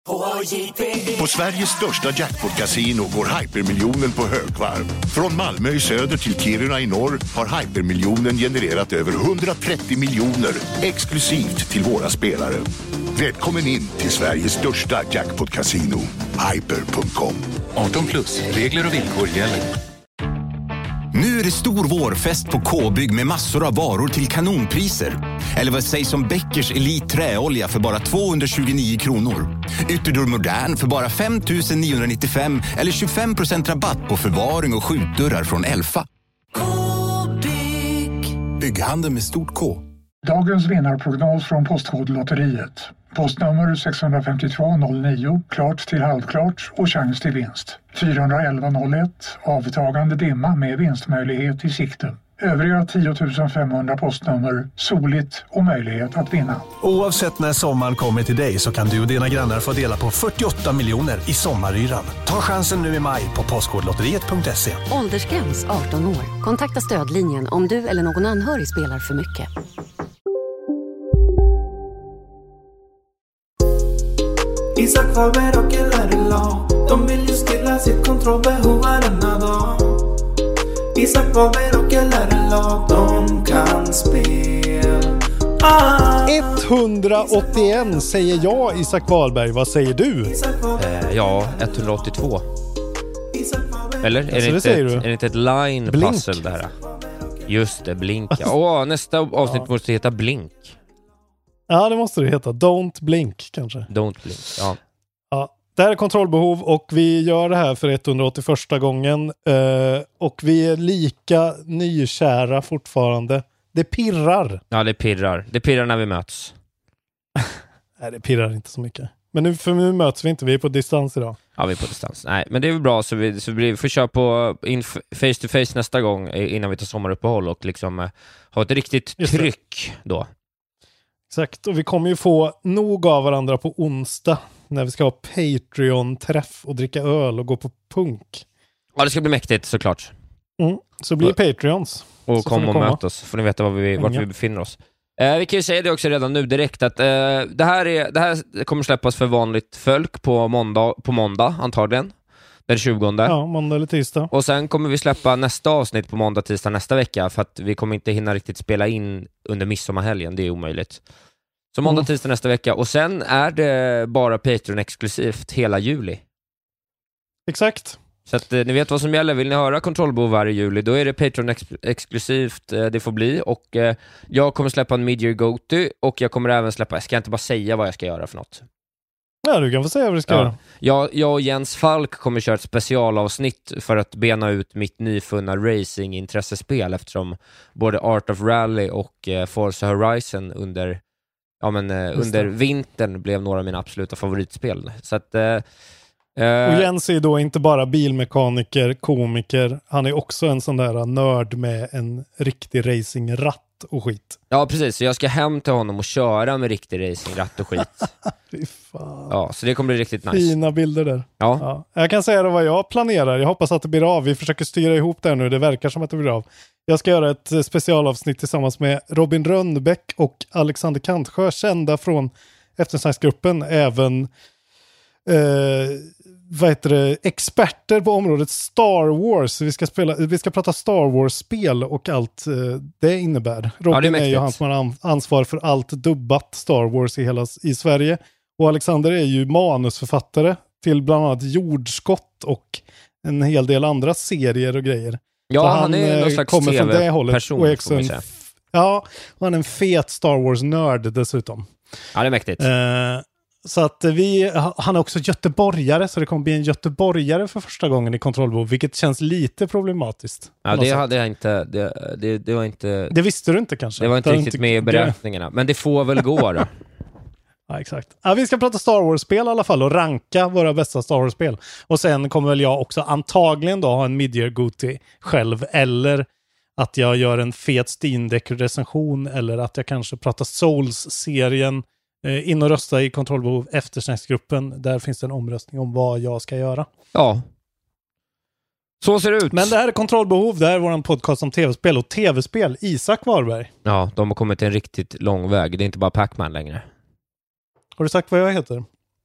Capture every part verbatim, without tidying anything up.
På Sveriges största jackpot-casino går hypermiljonen på högvarv. Från Malmö i söder till Kiruna i norr har hypermiljonen genererat över hundratrettio miljoner exklusivt till våra spelare. Välkommen in till Sveriges största jackpot-casino, hyper punkt com. arton plus, regler och villkor gäller. Nu är det stor vårfest på K-bygg med massor av varor till kanonpriser. Eller vad sägs om Bäckers Elite träolja för bara tvåhundratjugonio kronor. Ytterdörr Modern för bara fem tusen niohundranittiofem eller tjugofem procent rabatt på förvaring och skjutdörrar från Elfa. K-bygg. Bygghandel med stort K. Dagens vinnarprognos från Postkodlotteriet. Postnummer sexhundrafemtiotvå noll nio, klart till halvklart och chans till vinst. fyrahundraelva noll ett, avtagande dimma med vinstmöjlighet i sikte. Övriga tio tusen femhundra postnummer, soligt och möjlighet att vinna. Oavsett när sommaren kommer till dig så kan du och dina grannar få dela på fyrtioåtta miljoner i sommaryran. Ta chansen nu i maj på postkodlotteriet punkt se. Åldersgräns arton år. Kontakta stödlinjen om du eller någon anhörig spelar för mycket. Isak Faber och L-R-L-A. De vill ju stilla sitt kontrollbehov varenda dag. Isak Faber och L-R-L-A. De kan spel. Ah. etthundraåttioett säger jag, Isak Wahlberg. Vad säger du? Eh, ja, etthundraåttiotvå. Eller? Är det, det, inte ett, du? är det inte ett line Blink. puzzle det här? Just det, Blink. Åh, oh, nästa avsnitt ja. måste heta Blink. Ja, det måste det heta. Don't Blink, kanske. Don't Blink, ja. Ja, det här är kontrollbehov och vi gör det här för etthundraåttioförsta gången. Eh, och vi är lika nykära fortfarande. Det pirrar. Ja, det pirrar. Det pirrar när vi möts. Nej, det pirrar inte så mycket. Men nu, för nu möts vi inte. Vi är på distans idag. Ja, vi är på distans. Nej, men det är väl bra så vi, så vi får köra på in face to face nästa gång innan vi tar sommaruppehåll och liksom eh, ha ett riktigt tryck då. Exakt, och vi kommer ju få nog av varandra på onsdag när vi ska ha Patreon-träff och dricka öl och gå på punk. Ja, det ska bli mäktigt såklart. Mm, så blir Patreons. Och kom och möt oss, får ni veta var vi, vart vi befinner oss. Eh, vi kan ju säga det också redan nu direkt att eh, det, här är, det här kommer släppas för vanligt folk på måndag, på måndag antagligen. Den tjugonde. Ja, måndag eller tisdag. Och sen kommer vi släppa nästa avsnitt på måndag, tisdag nästa vecka för att vi kommer inte hinna riktigt spela in under midsommarhelgen, det är omöjligt. Så måndag, mm. tisdag nästa vecka. Och sen är det bara Patreon-exklusivt hela juli. Exakt. Så att eh, ni vet vad som gäller. Vill ni höra Kontrollbehov varje juli, då är det Patreon-exklusivt eh, det får bli. Och eh, jag kommer släppa en Mid-Year Go-To och jag kommer även släppa, jag ska inte bara säga vad jag ska göra för något. Ja, du kan få säga vad du ska ja. göra. Jag, jag och Jens Falk kommer köra ett specialavsnitt för att bena ut mitt nyfunna racing-intressespel eftersom både Art of Rally och eh, Forza Horizon under, ja, men, eh, under vintern blev några av mina absoluta favoritspel. Så att, eh, eh, och Jens är ju då inte bara bilmekaniker, komiker, han är också en sån där nörd med en riktig racingratt och skit. Ja, precis. Så jag ska hem till honom och köra med riktig racingratt och skit. Fy fan. Ja, så det kommer bli riktigt nice. Fina bilder där. Ja. Ja. Jag kan säga då vad jag planerar. Jag hoppas att det blir av. Vi försöker styra ihop det nu. Det verkar som att det blir av. Jag ska göra ett specialavsnitt tillsammans med Robin Rönnbäck och Alexander Kantsjö, kända från eftersnacksgruppen. Även eh, vad heter det, experter på området Star Wars. Vi ska, spela, vi ska prata Star Wars-spel och allt eh, det innebär. Robin ja, är, är ju han som har ansvar för allt dubbat Star Wars i, hela, i Sverige. Och Alexander är ju manusförfattare till bland annat Jordskott och en hel del andra serier och grejer. Ja, han, han är någon slags kommer från det hållet. Person, och är också en, ja, och han är en fet Star Wars-nörd dessutom. Ja, det är mäktigt. Eh, så att vi, han är också göteborgare, så det kommer bli en göteborgare för första gången i Kontrollbehov, vilket känns lite problematiskt. Ja, det hade jag inte, det, det, det var inte... Det visste du inte kanske? Det var inte det riktigt inte, med i beräkningarna, men det får väl gå då. Ja, exakt. Ja, vi ska prata Star Wars-spel i alla fall och ranka våra bästa Star Wars-spel. Och sen kommer väl jag också antagligen då ha en Mid-Year Go-To själv, eller att jag gör en fet Steam Deck-recension, eller att jag kanske pratar Souls-serien. Eh, in och rösta i Kontrollbehov eftersnacksgruppen. Där finns det en omröstning om vad jag ska göra. Ja. Så ser det ut. Men det här är Kontrollbehov. Det här är vår podcast om tv-spel och tv-spel. Isak Wahlberg. Ja, de har kommit en riktigt lång väg. Det är inte bara Pac-Man längre. Har du sagt vad jag heter?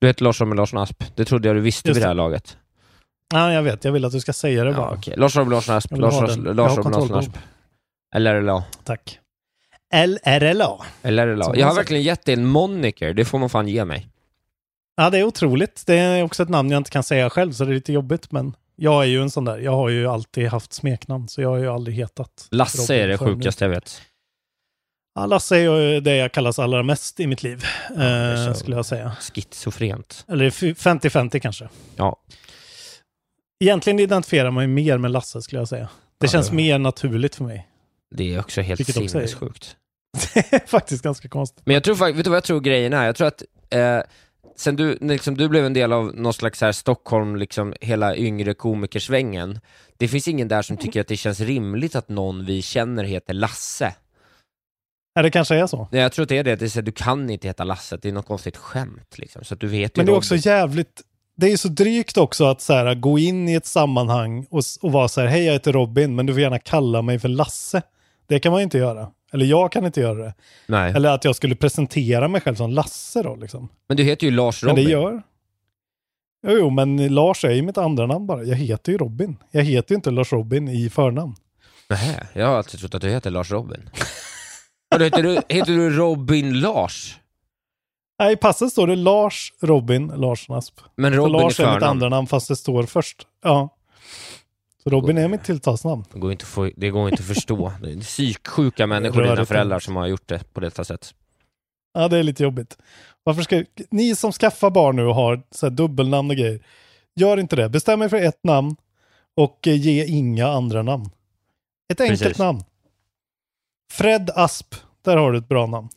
Du heter Lars Robin Larsson Asp. Det trodde jag du visste vid det här laget. Ja, jag vet. Jag vill att du ska säga det ja, bara. Okay. Lars Robin Larsson Asp. Lars, Lars, Lars Robin Larsson Asp. L R L A. Tack. L R L A. L R L A. Jag har verkligen gett dig en moniker. Det får man fan ge mig. Ja, det är otroligt. Det är också ett namn jag inte kan säga själv, så det är lite jobbigt, men jag är ju en sån där. Jag har ju alltid haft smeknamn, så jag har ju aldrig hetat Lasse är det sjukaste jag vet. Ja, Lasse är ju det jag kallas allra mest i mitt liv, ja, eh, skulle jag säga. Schizofrent. Eller femtio femtio kanske. Ja. Egentligen identifierar man ju mer med Lasse, skulle jag säga. Det ja, känns det. mer naturligt för mig. Det är också helt sinnessjukt. Det är faktiskt ganska konstigt. Men jag tror faktiskt, vet du vad jag tror grejen är? Jag tror att eh, sen du, liksom, du blev en del av någon slags här Stockholm, liksom hela yngre komikersvängen. Det finns ingen där som tycker att det känns rimligt att någon vi känner heter Lasse. Ja, det kanske är så. Jag tror att det är det. Det är så, du kan inte heta Lasse. Det är något konstigt skämt. Liksom, så att du vet. Men det är också jävligt... Det är så drygt också att så här, gå in i ett sammanhang och, och vara så här, hej jag heter Robin, men du får gärna kalla mig för Lasse. Det kan man ju inte göra. Eller jag kan inte göra det. Nej. Eller att jag skulle presentera mig själv som Lasse då liksom. Men du heter ju Lars Robin. Men det gör. Jo, jo, men Lars är ju mitt andra namn bara. Jag heter ju Robin. Jag heter ju inte Lars Robin i förnamn. Nej, jag har alltid trott att du heter Lars Robin. heter, du, heter du Robin Lars? Nej, i passet står det Lars Robin Larsson Asp. Men Robin Lars är är mitt andra namn fast det står först. Ja. Så Robin är mitt tilltalsnamn. Det går inte, få, det går inte att förstå. Det är psyksjuka människor, dina föräldrar, som har gjort det på detta sätt. Ja, det är lite jobbigt. Varför ska ni som skaffar barn nu och har så här dubbelnamn och grejer, gör inte det. Bestäm er för ett namn och ge inga andra namn. Ett enkelt Precis. namn. Fred Asp. Där har du ett bra namn.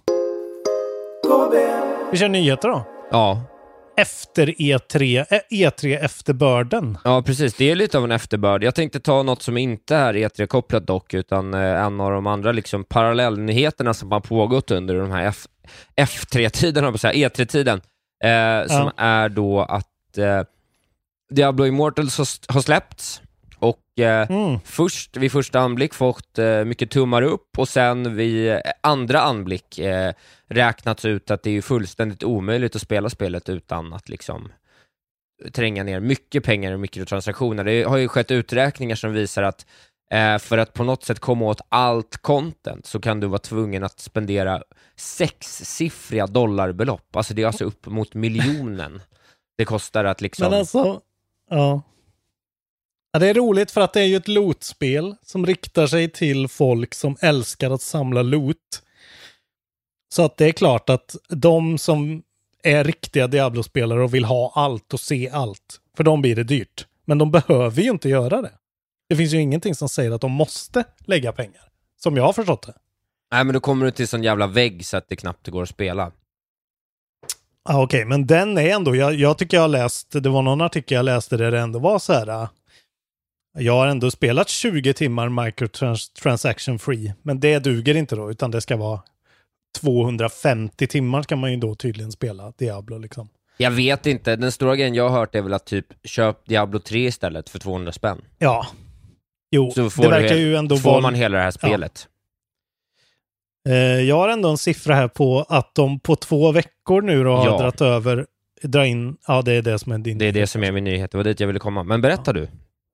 Vi kör nyheter då. Ja. Efter E tre, E tre efterbörden. Ja, precis. Det är lite av en efterbörd. Jag tänkte ta något som inte är E tre-kopplat dock, utan eh, en av de andra liksom parallellnyheterna som har pågått under de här F- F tre-tiden, E tre-tiden. Eh, ja. Som är då att eh, Diablo Immortals har, har släppts. Och eh, mm. först vid första anblick fått eh, mycket tummar upp, och sen vid eh, andra anblick eh, räknats ut att det är fullständigt omöjligt att spela spelet utan att liksom tränga ner mycket pengar och mikrotransaktioner. Det har ju skett uträkningar som visar att eh, för att på något sätt komma åt allt content så kan du vara tvungen att spendera sexsiffriga dollarbelopp. Alltså det är alltså upp mot miljonen. Det kostar att liksom... Men alltså, ja... Ja, det är roligt för att det är ju ett loot-spel som riktar sig till folk som älskar att samla loot. Så att det är klart att de som är riktiga Diablo-spelare och vill ha allt och se allt, för dem blir det dyrt. Men de behöver ju inte göra det. Det finns ju ingenting som säger att de måste lägga pengar, som jag har förstått det. Nej, men då kommer du till sån jävla vägg så att det knappt går att spela. Ja, okej, okay, men den är ändå, jag, jag tycker jag har läst, det var någon artikel jag läste där det ändå var så här... Jag har ändå spelat tjugo timmar microtransaction free, men det duger inte då, utan det ska vara tvåhundrafemtio timmar kan man ju då tydligen spela Diablo liksom. Jag vet inte, den stora grejen jag har hört är väl att typ köp Diablo tre istället för tvåhundra spänn. Ja. Jo, så får det verkar ju ändå får vara... man hela det här spelet. Ja. Eh, jag har ändå en siffra här på att de på två veckor nu då har ja. dragit över, dra in, ja det är det som är din. Det är det som är min nyhet, det var dit jag ville komma. Men berätta ja. du.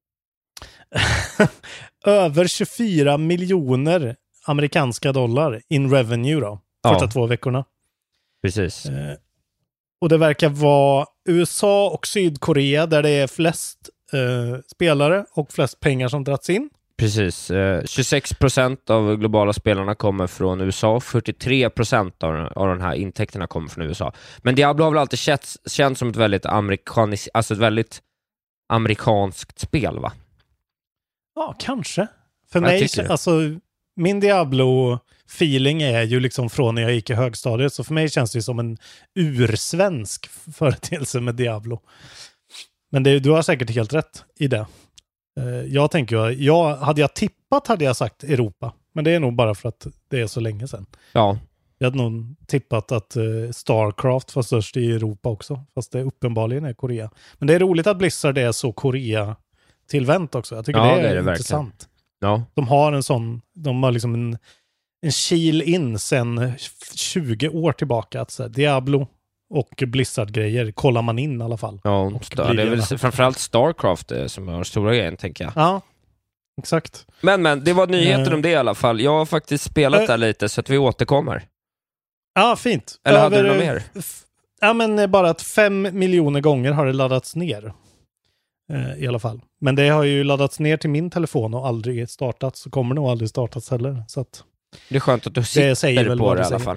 Över tjugofyra miljoner amerikanska dollar in revenue då, första ja. två veckorna. Precis. Eh, och det verkar vara U S A och Sydkorea där det är flest eh, spelare och flest pengar som drats in. Precis. Eh, tjugosex procent av globala spelarna kommer från U S A, fyrtiotre procent av, av de här intäkterna kommer från U S A. Men Diablo har väl alltid känts, känts som ett väldigt amerikaniskt, alltså ett väldigt amerikanskt spel, va? Ja, kanske. För jag mig, alltså min Diablo-feeling är ju liksom från när jag gick i högstadiet, så för mig känns det som en ursvensk företeelse med Diablo. Men det, du har säkert helt rätt i det. Jag tänker, jag, hade jag tippat hade jag sagt Europa, men det är nog bara för att det är så länge sedan. Ja. Jag hade nog tippat att uh, Starcraft var störst i Europa också, fast det uppenbarligen är Korea. Men det är roligt att Blizzard är så Korea tillvänt också. Jag tycker ja, det är, det är det intressant. Ja. De har en sån, de har liksom en, en kil in sen tjugo år tillbaka att så här, Diablo och Blizzard-grejer kollar man in i alla fall. Ja, det är väl framförallt Starcraft som har stora grejen, tänker jag. Ja, exakt. Men, men, det var nyheter uh, om det i alla fall. Jag har faktiskt spelat uh, där lite, så att vi återkommer. Ja, fint. Eller Över, hade du något mer? F- ja, men bara att fem miljoner gånger har det laddats ner. Uh, I alla fall. Men det har ju laddats ner till min telefon och aldrig startats. Så kommer nog aldrig startats heller. Så att det är skönt att du sitter på det i alla fall.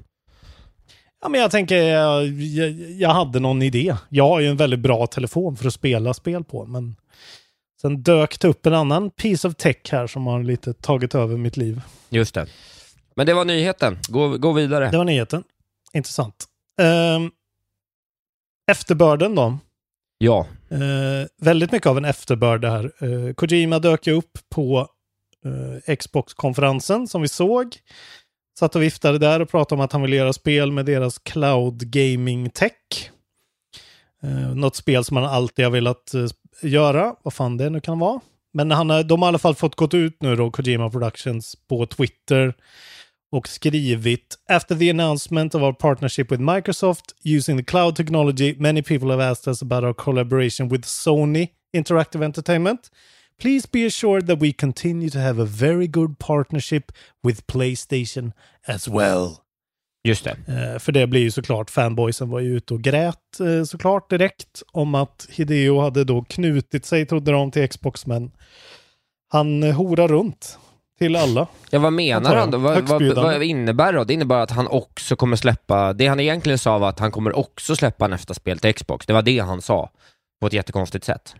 Ja, men jag tänker, jag, jag, jag hade någon idé. Jag har ju en väldigt bra telefon för att spela spel på. Men sen dök det upp en annan piece of tech här som har lite tagit över mitt liv. Just det. Men det var nyheten. Gå, gå vidare. Det var nyheten. Intressant. Um, efterbörden då. Ja. Uh, väldigt mycket av en efterbörd här. Uh, Kojima dök ju upp på uh, Xbox-konferensen som vi såg. Satt och viftade där och pratade om att han vill göra spel med deras cloud gaming tech. Uh, något spel som han alltid har velat uh, göra. Vad fan det nu kan vara. Men han har, de har i alla fall fått gått ut nu då, Kojima Productions, på Twitter och skrivit: After the announcement of our partnership with Microsoft using the cloud technology, many people have asked us about our collaboration with Sony Interactive Entertainment. Please be assured that we continue to have a very good partnership with PlayStation as well. Just det. Eh, för det blir ju såklart, fanboysen var ju ute och grät eh, såklart direkt om att Hideo hade då knutit sig, trodde de, till Xbox, men han eh, horar runt till alla. Ja, vad menar han då? Vad, vad, vad innebär det? Det innebär att han också kommer släppa, det han egentligen sa var att han kommer också släppa nästa spel till Xbox. Det var det han sa på ett jättekonstigt sätt.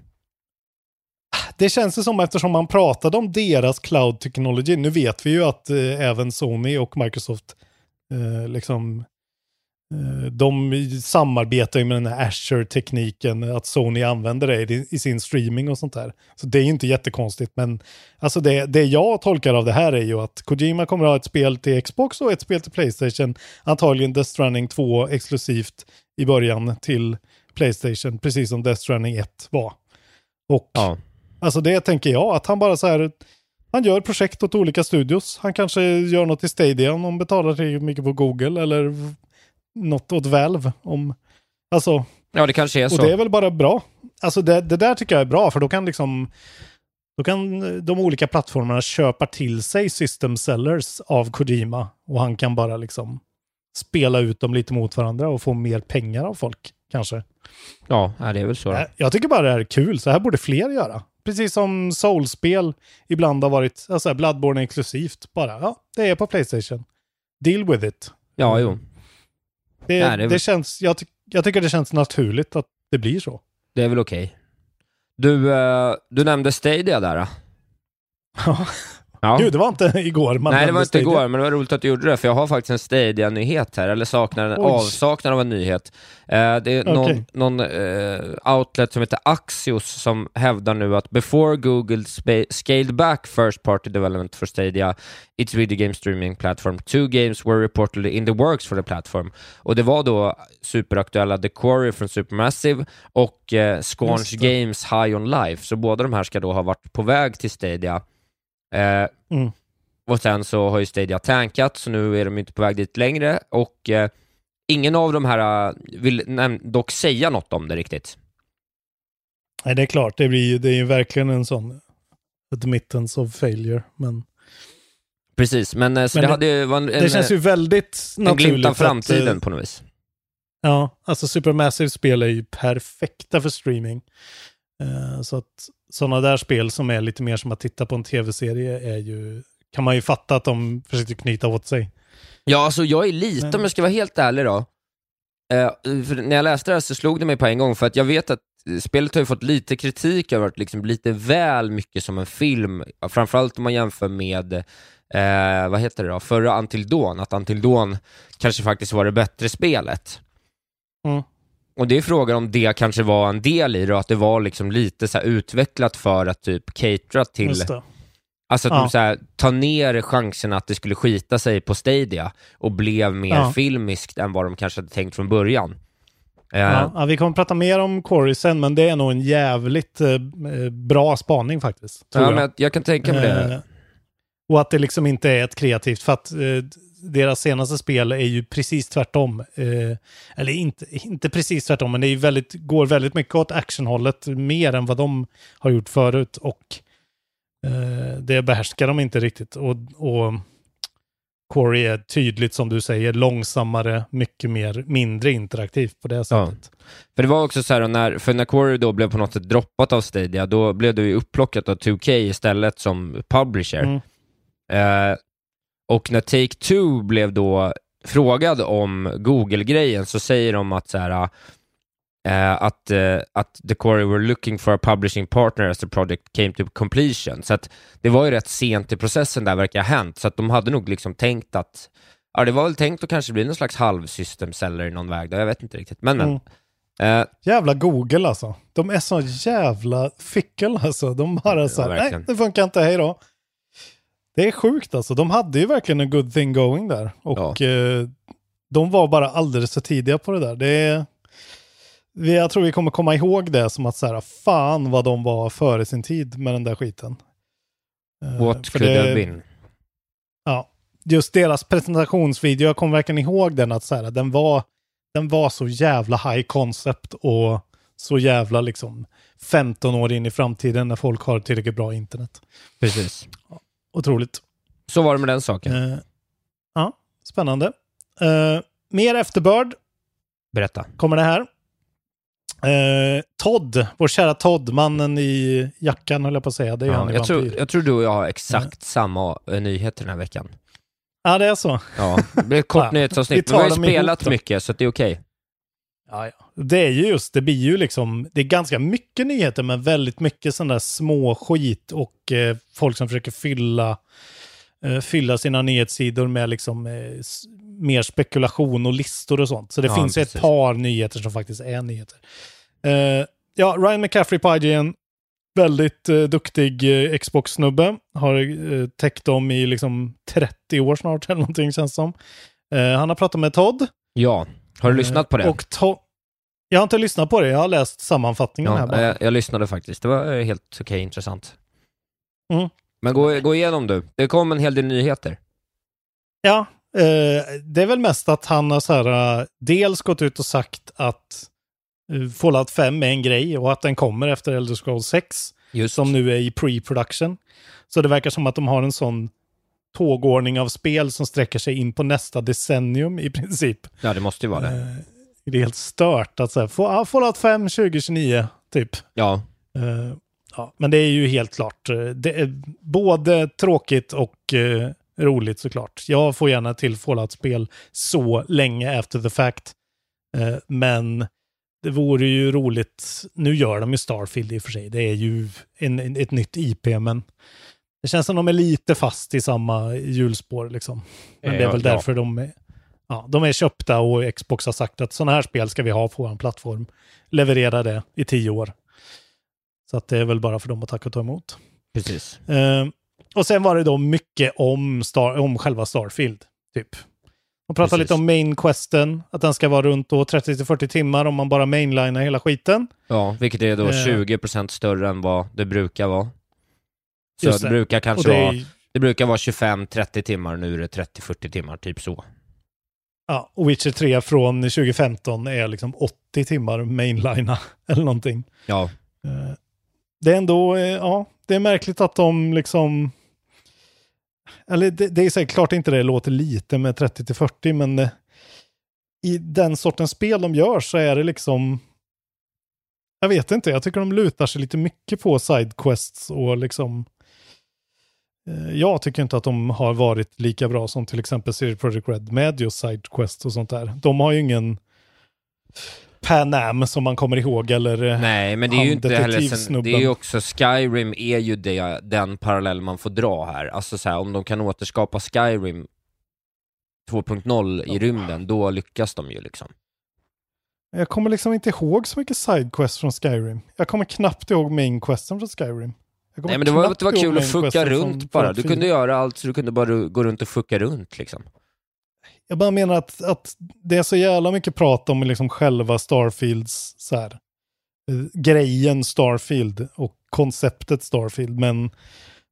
Det känns det som, eftersom man pratade om deras cloud technology. Nu vet vi ju att eh, även Sony och Microsoft eh, liksom eh, de samarbetar ju med den här Azure-tekniken, att Sony använder det i, i sin streaming och sånt där. Så det är inte jättekonstigt, men alltså det, det jag tolkar av det här är ju att Kojima kommer att ha ett spel till Xbox och ett spel till PlayStation, antagligen Death Stranding två exklusivt i början till PlayStation, precis som Death Stranding ett var. Och ja. Alltså det tänker jag, att han bara så här, han gör projekt åt olika studios. Han kanske gör något i Stadia om de betalar till mycket på Google, eller något åt Valve om, alltså. Ja, det kanske är så. Och det är väl bara bra. Alltså det, det där tycker jag är bra, för då kan liksom då kan de olika plattformarna köpa till sig system sellers av Kojima, och han kan bara liksom spela ut dem lite mot varandra och få mer pengar av folk, kanske. Ja, det är väl så. Då. Jag tycker bara det här är kul, så här borde fler göra. Precis som Soul-spel ibland har varit, alltså Bloodborne exklusivt. Bara, ja, det är på PlayStation. Deal with it. Ja, jo. Det, Nej, det, det känns, jag, ty- jag tycker det känns naturligt att det blir så. Det är väl okej. Okay. Du, uh, du nämnde Stadia där. Ja. Ja. Gud, det var inte igår. Man Nej, det var inte Stadia. igår, men det var roligt att du gjorde det, för jag har faktiskt en Stadia-nyhet här, eller saknar en Oj. avsaknad av en nyhet. Eh, det är någon, okay. någon eh, outlet som heter Axios som hävdar nu att before Google sp- scaled back first party development for Stadia, its video game streaming platform, two games were reportedly in the works for the platform. Och det var då superaktuella The Quarry från Supermassive och eh, Squanch Games High on Life. Så båda de här ska då ha varit på väg till Stadia. Eh, mm. Och sen så har ju Stadia tankat, så nu är de inte på väg dit längre, och eh, ingen av de här uh, vill näm- dock säga något om det riktigt. Nej, det är klart, det blir det är ju verkligen en sån admittance of failure, men precis, men, eh, så men det, det, hade, var en, det känns ju väldigt en naturligt, glimt av framtiden att, på något vis. Ja, alltså Supermassive spel är ju perfekta för streaming. Uh, så att sådana där spel som är lite mer som att titta på en tv-serie är ju, kan man ju fatta att de försöker knyta åt sig. Ja, alltså jag är lite, men... om jag ska vara helt ärlig då. Uh, för när jag läste det här så slog det mig på en gång, för att jag vet att spelet har ju fått lite kritik över att liksom lite väl mycket som en film, framförallt om man jämför med uh, vad heter det då, förra Until Dawn, att Until Dawn kanske faktiskt var det bättre spelet. Mm. Och det är frågan om det kanske var en del i det, att det var liksom lite så här utvecklat för att typ catera till, alltså att ja. de så här, ta ner chansen att det skulle skita sig på Stadia och blev mer ja. filmiskt än vad de kanske hade tänkt från början. Ja, uh, ja, vi kommer att prata mer om Quarry sen, men det är nog en jävligt eh, bra spaning faktiskt. Ja, jag. men jag kan tänka mig det. Uh, och att det liksom inte är ett kreativt, för att uh, deras senaste spel är ju precis tvärtom. Eh, eller inte, inte precis tvärtom, men det är väldigt, går väldigt mycket åt actionhållet, mer än vad de har gjort förut. Och eh, det behärskar de inte riktigt. Och, och Quarry är tydligt, som du säger, långsammare, mycket mer, mindre interaktivt på det sättet. Ja. För det var också så här, när, för när Quarry då blev på något sätt droppat av Stadia, då blev det ju upplockat av two K istället som publisher. Mm. Eh, och när Take-Two blev då frågad om Google-grejen, så säger de att så här, eh, att, eh, att The Quarry were looking for a publishing partner as the project came to completion. Så att det var ju rätt sent i processen där verkar ha hänt. Så att de hade nog liksom tänkt att, ja, det var väl tänkt att kanske bli någon slags halvsystemseller i någon väg. Jag vet inte riktigt. Men, men mm. eh, jävla Google alltså. De är så jävla fickel alltså. De bara så här, ja, nej, det funkar inte, hej då. Det är sjukt alltså. De hade ju verkligen en good thing going där. Och ja. eh, de var bara alldeles för tidiga på det där. Det är, jag tror vi kommer komma ihåg det som att så här, fan vad de var före sin tid med den där skiten. Eh, What could det, have been? Ja, just deras presentationsvideo, jag kommer verkligen ihåg den, att så här, den var den var så jävla high concept och så jävla liksom femton år in i framtiden när folk har tillräckligt bra internet. Precis. Ja, otroligt. Så var det med den saken. Uh, ja, spännande. Uh, mer efterbörd. Berätta. Kommer det här. Uh, Todd, vår kära Todd, mannen i jackan höll jag på att säga. Det är ja, han i jag, tror, Vampyr. jag tror du och jag har exakt uh. samma uh, nyheter den här veckan. Ja, det är så. Ja, det blir ett kort ja, nyhetsavsnitt. Vi, vi har ju spelat mycket, så det är okej. Okay. Ja, ja. Det är ju just, det blir ju liksom, det är ganska mycket nyheter, men väldigt mycket sån där små skit och eh, folk som försöker fylla eh, fylla sina nyhetssidor med liksom eh, s- mer spekulation och listor och sånt. Så det ja, finns precis. Ett par nyheter som faktiskt är nyheter. Eh, ja, Ryan McCaffrey på I G N, väldigt eh, duktig eh, Xbox-snubbe, har eh, täckt dem i liksom trettio år snart eller någonting känns som. Eh, han har pratat med Todd. Ja. Har du lyssnat på det? Och to- jag har inte lyssnat på det, jag har läst sammanfattningen ja, här bara. Jag, jag lyssnade faktiskt, det var helt okej, okay, intressant. Mm. Men gå, gå igenom du, det kom en hel del nyheter. Ja, eh, det är väl mest att han har så här, uh, dels gått ut och sagt att uh, Fallout fem är en grej och att den kommer efter Elder Scrolls sex. Just. Som nu är i pre-production. Så det verkar som att de har en sån tågordning av spel som sträcker sig in på nästa decennium i princip. Ja, det måste ju vara det. Uh, det är helt stört att säga, Fallout fem tjugo tjugonio typ. Ja. Uh, ja. Men det är ju helt klart, det är både tråkigt och uh, roligt såklart. Jag får gärna till Fallout-spel så länge after the fact. Uh, men det vore ju roligt, nu gör de ju Starfield i och för sig. Det är ju en, en, ett nytt I P, men det känns som de är lite fast i samma hjulspår liksom. Men det är väl ja, därför ja. de är Ja, de är köpta och Xbox har sagt att sådana här spel ska vi ha på vår plattform. Leverera det i tio år. Så att det är väl bara för dem att tacka och ta emot. Precis. Uh, och sen var det då mycket om, Star, om själva Starfield, typ. De pratar lite om main questen, att den ska vara runt då trettio till fyrtio timmar om man bara mainlinar hela skiten. Ja, vilket är då uh, tjugo procent större än vad det brukar vara. Så det. det brukar kanske det, vara, det brukar vara tjugofem till trettio timmar, nu är det trettio till fyrtio timmar, typ så. Ja, och Witcher tre från tjugo femton är liksom åttio timmar mainlina eller någonting. Ja. Det är ändå, ja, det är märkligt att de liksom, eller det, det är säkert klart inte det låter lite med trettio till fyrtio, men i den sortens spel de gör så är det liksom, jag vet inte, jag tycker de lutar sig lite mycket på sidequests och liksom, jag tycker inte att de har varit lika bra som till exempel C D Projekt Red med just sidequests och sånt där. De har ju ingen Pan Am som man kommer ihåg, eller nej, men det är ju inte heller sen, det är ju också Skyrim är ju det, den parallell man får dra här. Alltså så här, om de kan återskapa Skyrim två punkt noll i rymden, då lyckas de ju liksom. Jag kommer liksom inte ihåg så mycket sidequests från Skyrim. Jag kommer knappt ihåg main questen från Skyrim. Nej, men det var, det var kul att fucka runt bara. Du kunde göra allt, så du kunde bara gå runt och fucka runt liksom. Jag bara menar att, att det är så jävla mycket prat om liksom själva Starfields så här, grejen Starfield och konceptet Starfield, men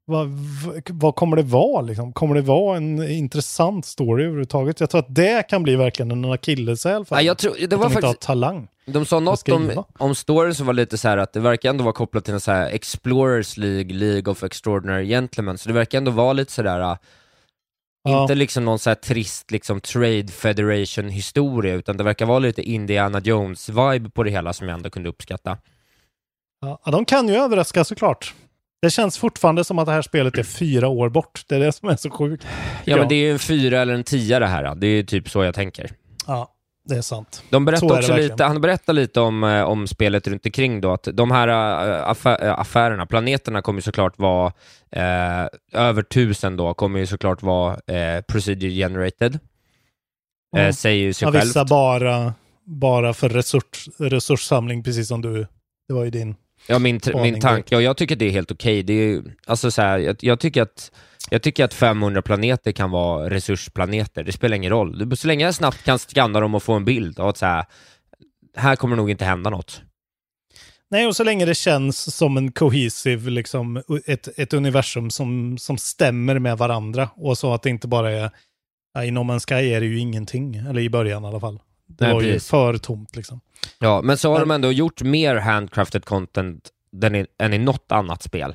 vad, vad kommer det vara liksom? Kommer det vara en intressant story överhuvudtaget? Jag tror att det kan bli verkligen en akilleshäl för ja, jag tror, det var att de faktiskt, inte har talang. De sa något om, om storyn som var lite så här att det verkar ändå vara kopplat till en så här Explorers League, League of Extraordinary Gentlemen, så det verkar ändå vara lite sådär uh, ja. inte liksom någon så här trist liksom Trade Federation historia, utan det verkar vara lite Indiana Jones vibe på det hela som jag ändå kunde uppskatta. Ja, de kan ju överraska såklart. Det känns fortfarande som att det här spelet är fyra år bort. Det är det som är så sjukt. Ja, men det är ju en fyra eller en tia det här. Det är ju typ så jag tänker. Ja, det är sant. De berättar också lite, han berättar lite om, om spelet runt omkring då. Att de här affär, affärerna, planeterna kommer ju såklart vara eh, över tusen då. Kommer ju såklart vara eh, procedure generated. Eh, mm. Säger ju sig ja, själv. Vissa bara, bara för resurs, resurssamling, precis som du. Det var ju din... Ja, min, t- min tanke. Ja, jag tycker det är helt okej. Det är alltså så här, jag, jag tycker att jag tycker att femhundra planeter kan vara resursplaneter. Det spelar ingen roll. Du, så länge jag snabbt kan scanna dem och få en bild av att så här, här kommer nog inte hända något. Nej, och så länge det känns som en cohesive, liksom ett, ett universum som, som stämmer med varandra, och så att det inte bara är ja, i No Man's Sky är det ju ingenting, eller i början i alla fall. Det Nej, var precis. ju för tomt liksom. Ja, men så har men, de ändå gjort mer handcrafted content än i, än i något annat spel.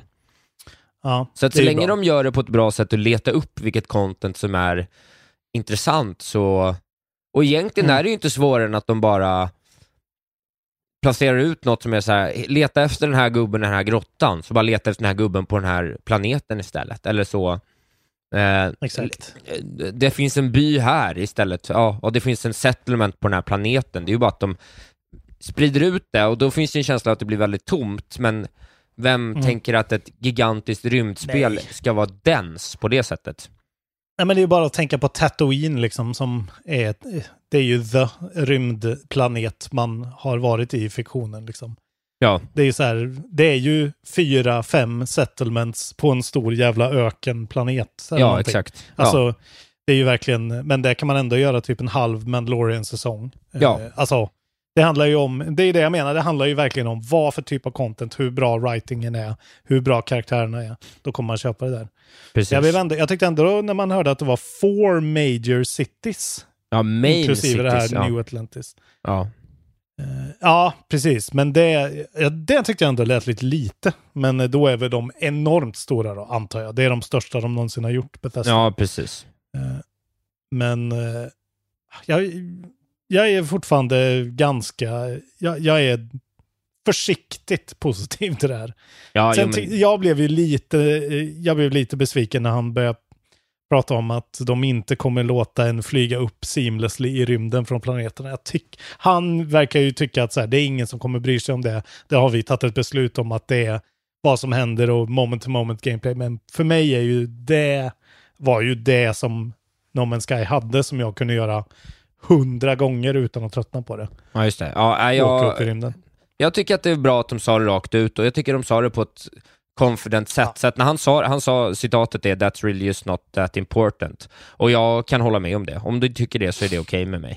Ja, så att så länge bra. de gör det på ett bra sätt och letar upp vilket content som är intressant, så... Och egentligen mm. är det ju inte svårare än att de bara placerar ut något som är så här, leta efter den här gubben i den här grottan, så bara leta efter den här gubben på den här planeten istället. Eller så... Eh, Exakt. Det finns en by här istället. Ja, och det finns en settlement på den här planeten. Det är ju bara att de sprider ut det, och då finns det en känsla att det blir väldigt tomt. Men vem mm. tänker att ett gigantiskt rymdspel Nej. ska vara dens på det sättet? Nej, men det är ju bara att tänka på Tatooine liksom, som är det är ju the rymdplanet man har varit i fiktionen liksom. Ja. Det är ju så här, det är ju fyra, fem settlements på en stor jävla ökenplanet. Ja, någonting. exakt. Alltså, ja. det är ju verkligen, men det kan man ändå göra typ en halv Mandalorian-säsong. Ja. Eh, alltså, det handlar ju om, det är det jag menar, det handlar ju verkligen om vad för typ av content, hur bra writingen är, hur bra karaktärerna är. Då kommer man köpa det där. Precis. Jag, vill ändå, jag tyckte ändå när man hörde att det var four major cities. Ja, main inklusive cities, det här ja. New Atlantis. Ja. Uh, ja, precis. Men det, ja, det tyckte jag ändå lät lite lite. Men då är väl de enormt stora då, antar jag. Det är de största de någonsin har gjort, Bethesda. Ja, precis. Uh, men uh, jag, jag är fortfarande ganska... Jag, jag är försiktigt positiv till det här. Ja, Sen, men... jag blev ju lite, jag blev lite besviken när han började prata om att de inte kommer låta en flyga upp seamlessly i rymden från planeterna. Jag tyck, han verkar ju tycka att så här, det är ingen som kommer bry sig om det. Det har vi tagit ett beslut om att det är vad som händer och moment-to-moment gameplay. Men för mig är ju det, var ju det som No Man's Sky hade, som jag kunde göra hundra gånger utan att tröttna på det. Ja, just det. Ja, jag, jag tycker att det är bra att de sa det rakt ut, och jag tycker de sa det på ett confident sätt. Ja. Så att när han sa, han sa citatet är "That's really just not that important". Och jag kan hålla med om det. Om du tycker det så är det okej okay med mig.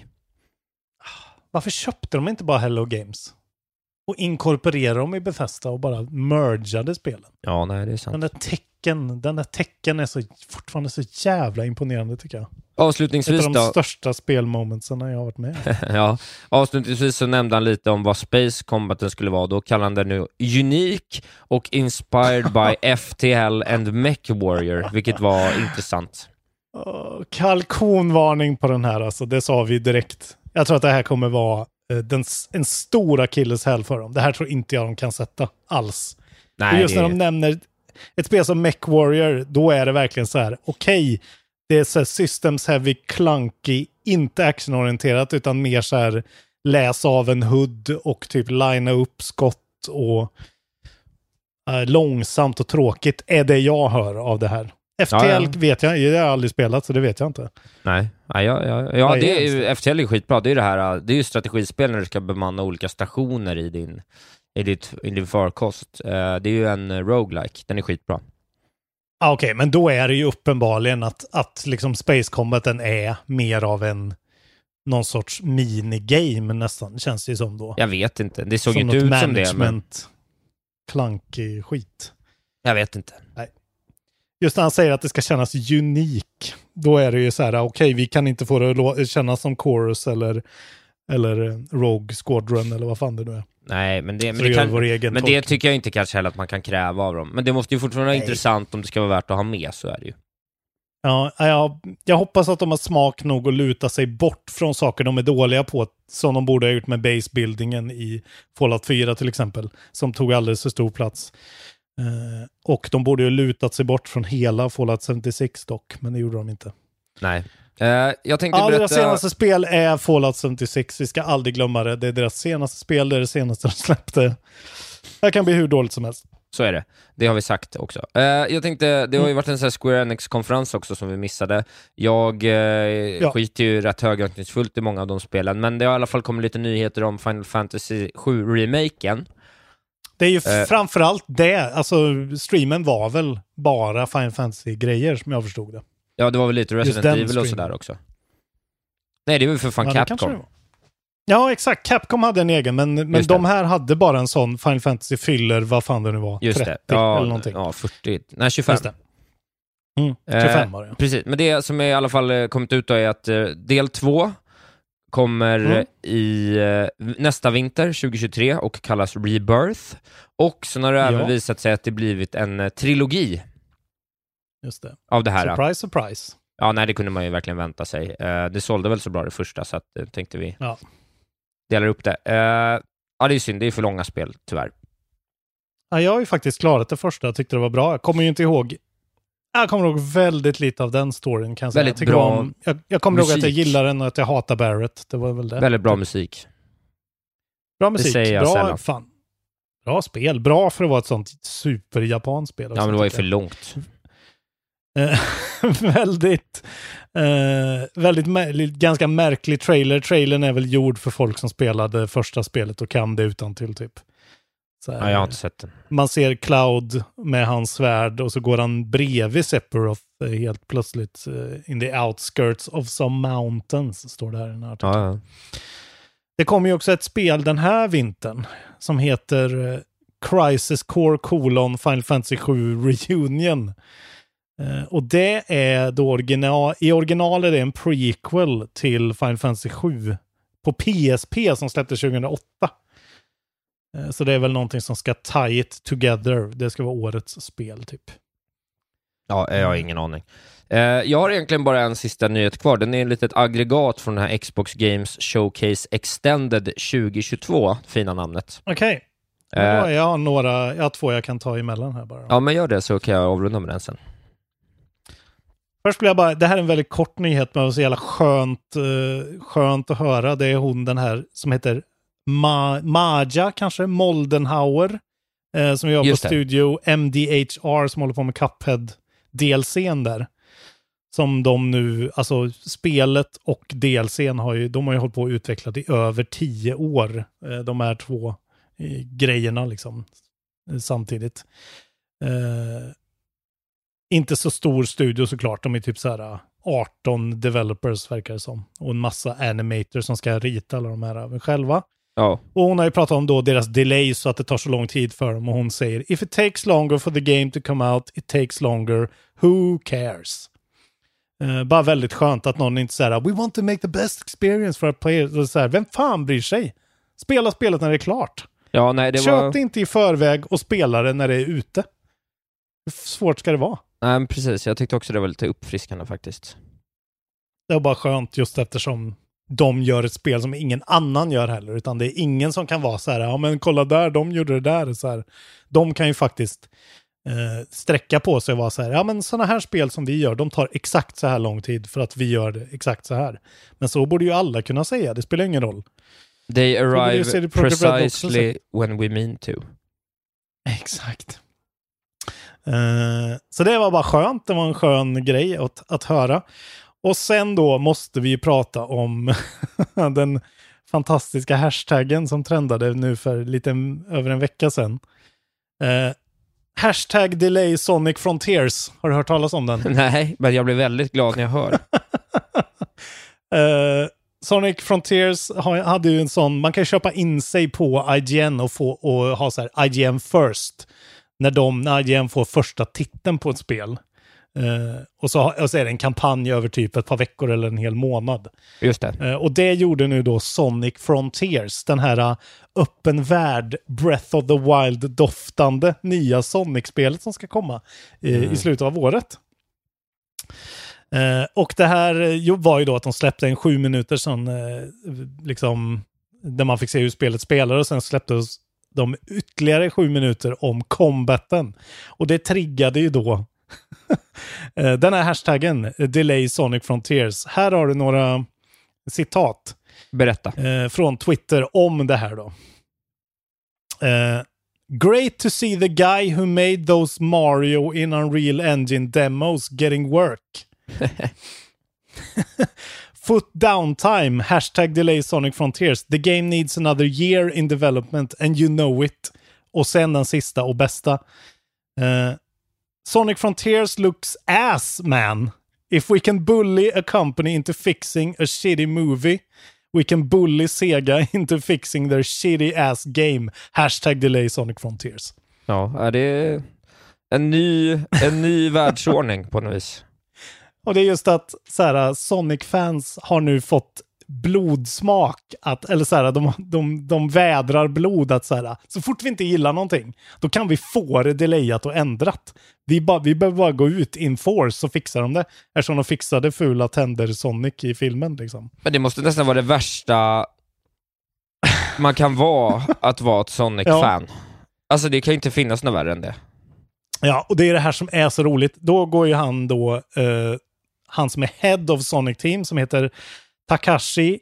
Varför köpte de inte bara Hello Games? Och inkorporerade dem i Bethesda och bara mergade spelen? Ja, nej, det är sant. Den där tecken, den där tecken är så fortfarande så jävla imponerande, tycker jag. Avslutningsvis då. Ett av de då, största spelmomentsen jag har varit med. ja, avslutningsvis så nämnde han lite om vad Space Combaten skulle vara. Då kallar han det nu Unique och Inspired by F T L and Mech Warrior, vilket var intressant. Uh, kalkonvarning på den här, alltså. Det sa vi direkt. Jag tror att det här kommer vara uh, den, en stor akilleshäl för dem. Det här tror inte jag de kan sätta alls. Nej, och just det... när de nämner ett spel som Mech Warrior, då är det verkligen så här, okej, okay, det är så här systems heavy, clunky, inte actionorienterat, utan mer så här läsa av en hood och typ linea upp skott och äh, långsamt och tråkigt är det jag hör av det här. F T L ja, ja. vet jag, jag har aldrig spelat, så det vet jag inte. Nej, ja, ja, ja, ja det är ju, F T L är skitbra. Det är ju det här, det är ju strategispel när du ska bemanna olika stationer i din i ditt i din farkost. Uh, det är ju en roguelike, den är skitbra. Ah, Okej, okay, men då är det ju uppenbarligen att, att liksom Space Combaten är mer av en någon sorts minigame nästan, känns det som då. Jag vet inte, det såg inte ut som det. Men... Clunky skit. Jag vet inte. Nej. just när han säger att det ska kännas unik, då är det ju så här, okej, okay, vi kan inte få det att kännas som Chorus eller, eller Rogue Squadron eller vad fan det nu är. Nej, men det, men det, det, kan, men men det tycker jag inte kanske heller att man kan kräva av dem. Men det måste ju fortfarande vara Nej. intressant om det ska vara värt att ha med, så är det ju. Ja, jag, jag hoppas att de har smak nog att luta sig bort från saker de är dåliga på, som de borde ha gjort med basebuildingen i Fallout fyra till exempel, som tog alldeles för stor plats. Uh, och de borde ju lutat sig bort från hela Fallout sjuttiosex dock, men det gjorde de inte. Nej. Uh, jag tänkte ja, berätta... deras senaste spel är Fallout sjuttiosex, vi ska aldrig glömma det. Det är deras senaste spel, det är det senaste de släppte. Det kan bli hur dåligt som helst. Så är det. Det har vi sagt också. Uh, jag tänkte, det har ju varit en sån här Square Enix-konferens också som vi missade. Jag uh, ja. skiter ju rätt högaktningsfullt i många av de spelen, men det har i alla fall kommit lite nyheter om Final Fantasy sju-remaken. Det är ju uh, framförallt det. Alltså, streamen var väl bara Final Fantasy-grejer som jag förstod det. Ja, det var väl lite Resident Evil och sådär också. Nej, det var ju för fan ja, Capcom. Ja, exakt. Capcom hade en egen, men, men de här hade bara en sån Final Fantasy fyller, vad fan det nu var, Just trettio det. Ja, eller någonting. Ja, fyrtio. Nej, tjugofem. Just det. Mm, tjugofem var det. Eh, precis, men det som är i alla fall kommit ut då är att eh, del två kommer mm. i eh, nästa vinter, tjugohundratjugotre, och kallas Rebirth. Och så har det ja. även visat sig att det blivit en eh, trilogi. Just det. Av det här. Surprise, surprise. Ja, nej, det kunde man ju verkligen vänta sig. Eh, det sålde väl så bra det första, så att, eh, tänkte vi ja. delar upp det. Eh, ja, det är synd. Det är för långa spel, tyvärr. Ja, jag har ju faktiskt klarat det första. Jag tyckte det var bra. Jag kommer ju inte ihåg... Jag kommer ihåg väldigt lite av den storyn, kan jag säga. Väldigt jag bra om, jag, jag kommer musik. ihåg att jag gillar den och att jag hatar Barrett. Det var väl det. Väldigt bra musik. Bra musik. Det säger jag bra, sällan. Fan. Bra spel. Bra för att vara ett sånt super-japanskt spel. Ja, men det var ju för långt. väldigt uh, väldigt mär- ganska märklig trailer. Trailern är väl gjord för folk som spelade första spelet och kan det utan till typ. Så här, ja, jag har inte sett den. Man ser Cloud med hans svärd och så går han bredvid Sephiroth uh, helt plötsligt uh, in the outskirts of some mountains, står det här i den här artikeln. Ja, ja. Det kommer ju också ett spel den här vintern som heter uh, Crisis Core colon Final Fantasy sju Reunion. Uh, och det är då original, i original är det en prequel till Final Fantasy sju på P S P som släpptes tjugohundraåtta. Uh, så det är väl någonting som ska tie it together. Det ska vara årets spel typ. Ja, jag har ingen aning. Uh, jag har egentligen bara en sista nyhet kvar. Den är ett litet aggregat från den här Xbox Games Showcase Extended tjugohundratjugotvå. Fina namnet. Okej. Okay. Uh, jag har några, jag har två jag kan ta emellan här bara. Ja, men gör det så kan jag avrunda med den sen. Först vill jag bara, det här är en väldigt kort nyhet men det var så jävla skönt, uh, skönt att höra. Det är hon den här som heter Ma- Maja kanske, Moldenhauer, uh, som jobbar på studio M D H R som håller på med Cuphead-D L C:n där. Som de nu, alltså spelet och D L C:n har ju, de har ju hållit på att utveckla i över tio år. Uh, de här två uh, grejerna liksom uh, samtidigt. Uh, Inte så stor studio såklart. De är typ så här arton developers verkar det som. Och en massa animators som ska rita alla de här själva. Ja. Och hon har ju pratat om då deras delay så att det tar så lång tid för dem. Och hon säger, if it takes longer for the game to come out, it takes longer. Who cares? Uh, bara väldigt skönt att någon inte säger, we want to make the best experience for our players. Så här, vem fan bryr sig? Spela spelet när det är klart. Ja, nej, det Köp var... det inte i förväg och spela det när det är ute. Hur svårt ska det vara? Nej, precis. Jag tyckte också det var lite uppfriskande faktiskt. Det var bara skönt just eftersom de gör ett spel som ingen annan gör heller. Utan det är ingen som kan vara så här, ja men kolla där, de gjorde det där. Så här. De kan ju faktiskt eh, sträcka på sig och vara så här, ja men sådana här spel som vi gör, de tar exakt så här lång tid för att vi gör det exakt så här. Men så borde ju alla kunna säga, det spelar ingen roll. They arrive precisely when we mean to. Exakt. Uh, så det var bara skönt. Det var en skön grej att, att höra. Och sen då måste vi prata om den fantastiska hashtaggen som trendade nu för lite över en vecka sedan. Uh, hashtag delay Sonic Frontiers. Har du hört talas om den? Nej, men jag blir väldigt glad när jag hör. uh, Sonic Frontiers hade ju en sån, man kan köpa in sig på I G N och få och ha så här I G N first. När de, när I G N får första titeln på ett spel. Uh, och, så, och så är det en kampanj över typ ett par veckor eller en hel månad. Just det. Uh, och det gjorde nu då Sonic Frontiers, den här uh, öppen värld Breath of the Wild doftande nya Sonic-spelet som ska komma uh, mm. i slutet av året. Uh, och det här uh, var ju då att de släppte en sju minuter sån, uh, liksom, där man fick se hur spelet spelar, och sen släpptes de ytterligare sju minuter om combaten. Och det triggade ju då den här hashtaggen Delay Sonic Frontiers. Här har du några citat. Berätta. Eh, från Twitter om det här då. Eh, Great to see the guy who made those Mario in Unreal Engine demos getting work. Foot downtime, hashtag Delay Sonic Frontiers. The game needs another year in development and you know it. Och sen den sista och bästa. Eh, Sonic Frontiers looks ass, man. If we can bully a company into fixing a shitty movie, we can bully Sega into fixing their shitty ass game. Hashtag Delay Sonic Frontiers. Ja, det är en ny, en ny världsordning på något vis. Och det är just att så här, Sonic-fans har nu fått blodsmak, att, eller så här, de, de, de vädrar blod, att så här, så fort vi inte gillar någonting, då kan vi få det delayat och ändrat. Vi, ba, vi behöver bara gå ut in force så fixar de det, eftersom de fixade fula tänder Sonic i filmen liksom. Men det måste nästan vara det värsta man kan vara, att vara ett Sonic-fan. Ja. Alltså det kan ju inte finnas något värre än det. Ja, och det är det här som är så roligt. Då går ju han då eh, han som är head of Sonic Team, som heter Takashi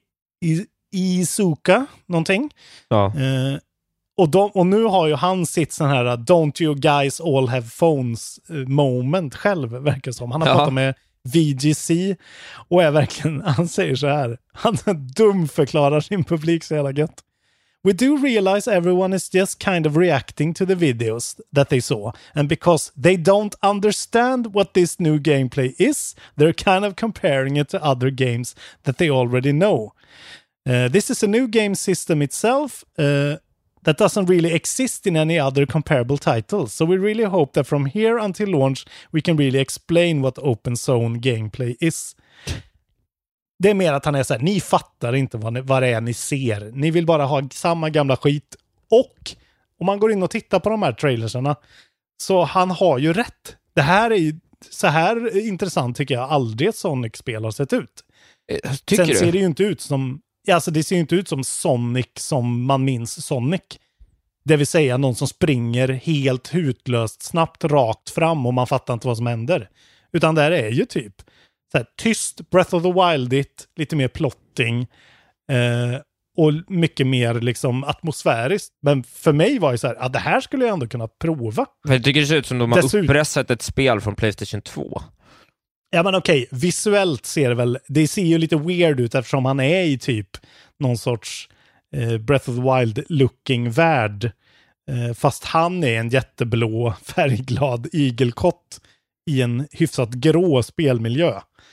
Iizuka någonting. Ja. Eh, och, de, och nu har ju han sitt sån här don't you guys all have phones moment själv, verkar som. Han har ja. pratat med V G C och är verkligen, han säger så här, han dumförklarar sin publik så jävla gött. We do realize everyone is just kind of reacting to the videos that they saw, and because they don't understand what this new gameplay is, they're kind of comparing it to other games that they already know. Uh, this is a new game system itself uh, that doesn't really exist in any other comparable titles, so we really hope that from here until launch we can really explain what open zone gameplay is. Det är mer att han är så här, ni fattar inte vad, ni, vad det är ni ser. Ni vill bara ha samma gamla skit. Och om man går in och tittar på de här trailersarna, så han har ju rätt. Det här är ju så här intressant, tycker jag aldrig ett Sonic-spel har sett ut. Tycker Sen du? ser det ju inte ut som, alltså det ser ju inte ut som Sonic som man minns Sonic. Det vill säga någon som springer helt hutlöst snabbt rakt fram och man fattar inte vad som händer. Utan det här är ju typ så här, tyst, Breath of the Wild-igt, lite mer plotting eh, och mycket mer liksom atmosfäriskt. Men för mig var det så här, att det här skulle jag ändå kunna prova. Jag tycker det ser ut som de har Dessutom... uppressat ett spel från PlayStation två. Ja, men okej, okay. Visuellt ser det väl, det ser ju lite weird ut eftersom han är i typ någon sorts eh, Breath of the Wild-looking värld. Eh, fast han är en jätteblå, färgglad igelkott i en hyfsat grå spelmiljö.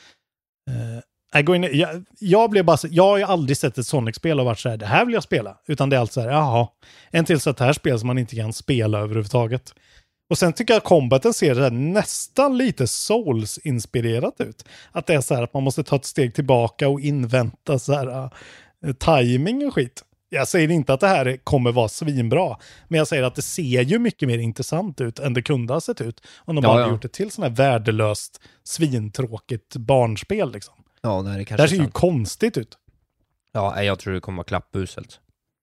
Uh, jag, går in, jag, jag, blev bara, jag har ju aldrig sett ett Sonic-spel och varit så här, det här vill jag spela. Utan det är alltså så här, jaha, en till så här spel som man inte kan spela överhuvudtaget. Och sen tycker jag att combaten ser det här nästan lite Souls-inspirerat ut. Att det är så här att man måste ta ett steg tillbaka och invänta så här uh, timing och skit. Jag säger inte att det här kommer vara svinbra, men jag säger att det ser ju mycket mer intressant ut än det kunde ha sett ut om de ja, bara ja. gjort det till sån här värdelöst, svintråkigt barnspel liksom. Ja, nej, det kanske det här ser ju konstigt ut. Ja, jag tror det kommer vara klappuselt.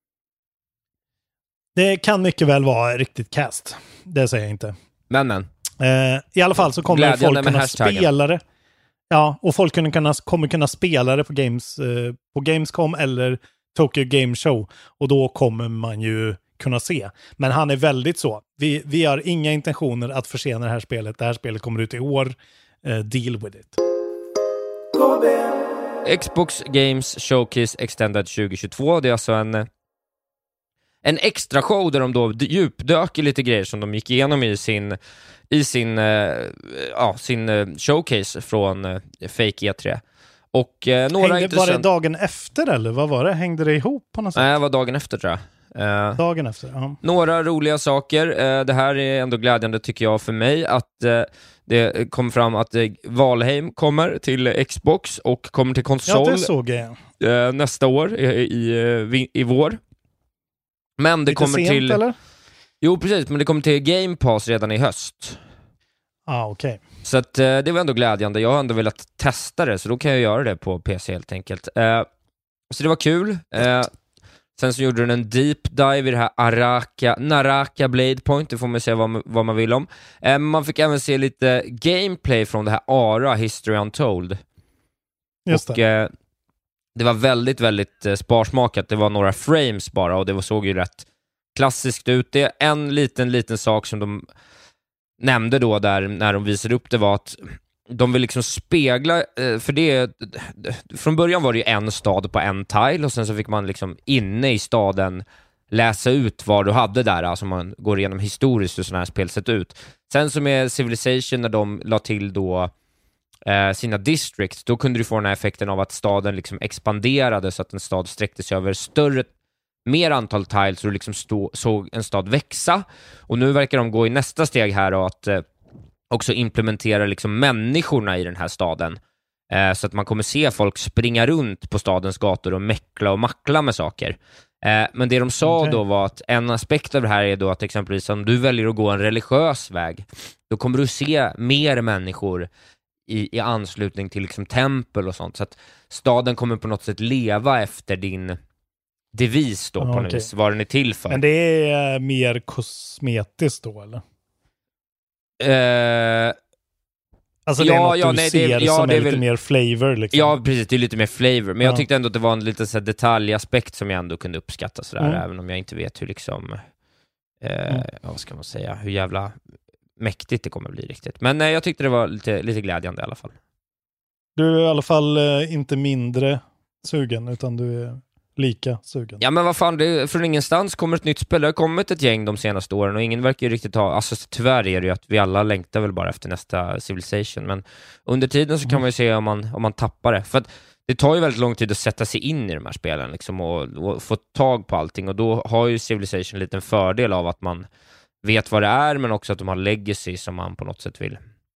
Det kan mycket väl vara riktigt cast. Det säger jag inte. Men, men. Eh, I alla fall så kommer Glädjande folk kunna spela det. Ja, och folk kommer kunna, kommer kunna spela det på, games, eh, på Gamescom eller Tokyo Game Show, och då kommer man ju kunna se. Men han är väldigt så. Vi, vi har inga intentioner att försena det här spelet. Det här spelet kommer ut i år. Uh, deal with it. Xbox Games Showcase Extended tjugo tjugotvå. Det är alltså en en extra show där de då djupdöker lite grejer som de gick igenom i sin i sin, uh, ja, sin uh, showcase från uh, Fake E tre. Och eh, några Hängde, var det dagen efter eller vad var det? Hängde det ihop på något sätt? Nej, det var dagen efter tror jag. Uh, Dagen efter, ja. Några roliga saker. Uh, det här är ändå glädjande tycker jag för mig att uh, det kom fram att uh, Valheim kommer till Xbox och kommer till konsol. Ja, det såg jag. Uh, nästa år i, i, i, i vår. Men det Lite kommer sent, till... eller? Jo, precis. Men det kommer till Game Pass redan i höst. Ah, okej. Okay. Så att, uh, det var ändå glädjande. Jag har ändå velat testa det, så då kan jag göra det på P C helt enkelt. Uh, så det var kul. Uh, Sen så gjorde den en deep dive i det här Araka, Naraka Blade Point. Det får man säga vad, vad man vill om. Eh, man fick även se lite gameplay från det här Ara, History Untold. Just och det. Eh, det var väldigt, väldigt eh, sparsmakat. Det var några frames bara och det var, såg ju rätt klassiskt ut. Det är en liten, liten sak som de nämnde då där när de visade upp det var att de vill liksom spegla, för det från början var det ju en stad på en tile och sen så fick man liksom inne i staden läsa ut vad du hade där, alltså man går igenom historiskt hur sådana här spel sett ut. Sen som med Civilization när de la till då eh, sina districts, då kunde du få den här effekten av att staden liksom expanderade så att en stad sträckte sig över större, mer antal tiles och du liksom stå, såg en stad växa. Och nu verkar de gå i nästa steg här och att eh, också implementera liksom människorna i den här staden. Eh, så att man kommer se folk springa runt på stadens gator och mäckla och mackla med saker. Eh, men det de sa okay. då var att en aspekt av det här är då att exempelvis om du väljer att gå en religiös väg, då kommer du se mer människor i, i anslutning till liksom tempel och sånt. Så att staden kommer på något sätt leva efter din devis då, på okay. något vis, vad den är till för. Men det är mer kosmetiskt då, eller? Eh, alltså det ja, är något ja, du nej, ser det, ja, som det är är lite väl, mer flavor liksom. Ja, precis, det är lite mer flavor. Men ja. jag tyckte ändå att det var en liten så här, detaljaspekt som jag ändå kunde uppskatta sådär, mm. även om jag inte vet hur liksom eh, mm. vad ska man säga, hur jävla mäktigt det kommer bli riktigt. Men nej, jag tyckte det var lite, lite glädjande i alla fall. Du är i alla fall eh, inte mindre sugen, utan du är lika sugen. Ja, men vad fan, det, från ingenstans kommer ett nytt spel. Det har kommit ett gäng de senaste åren och ingen verkar ju riktigt ha, alltså tyvärr är det ju att vi alla längtar väl bara efter nästa Civilization, men under tiden så kan mm. man ju se om man, om man tappar det. För att det tar ju väldigt lång tid att sätta sig in i de här spelen liksom, och, och få tag på allting, och då har ju Civilization en liten fördel av att man vet vad det är, men också att de har legacy som man på något sätt vill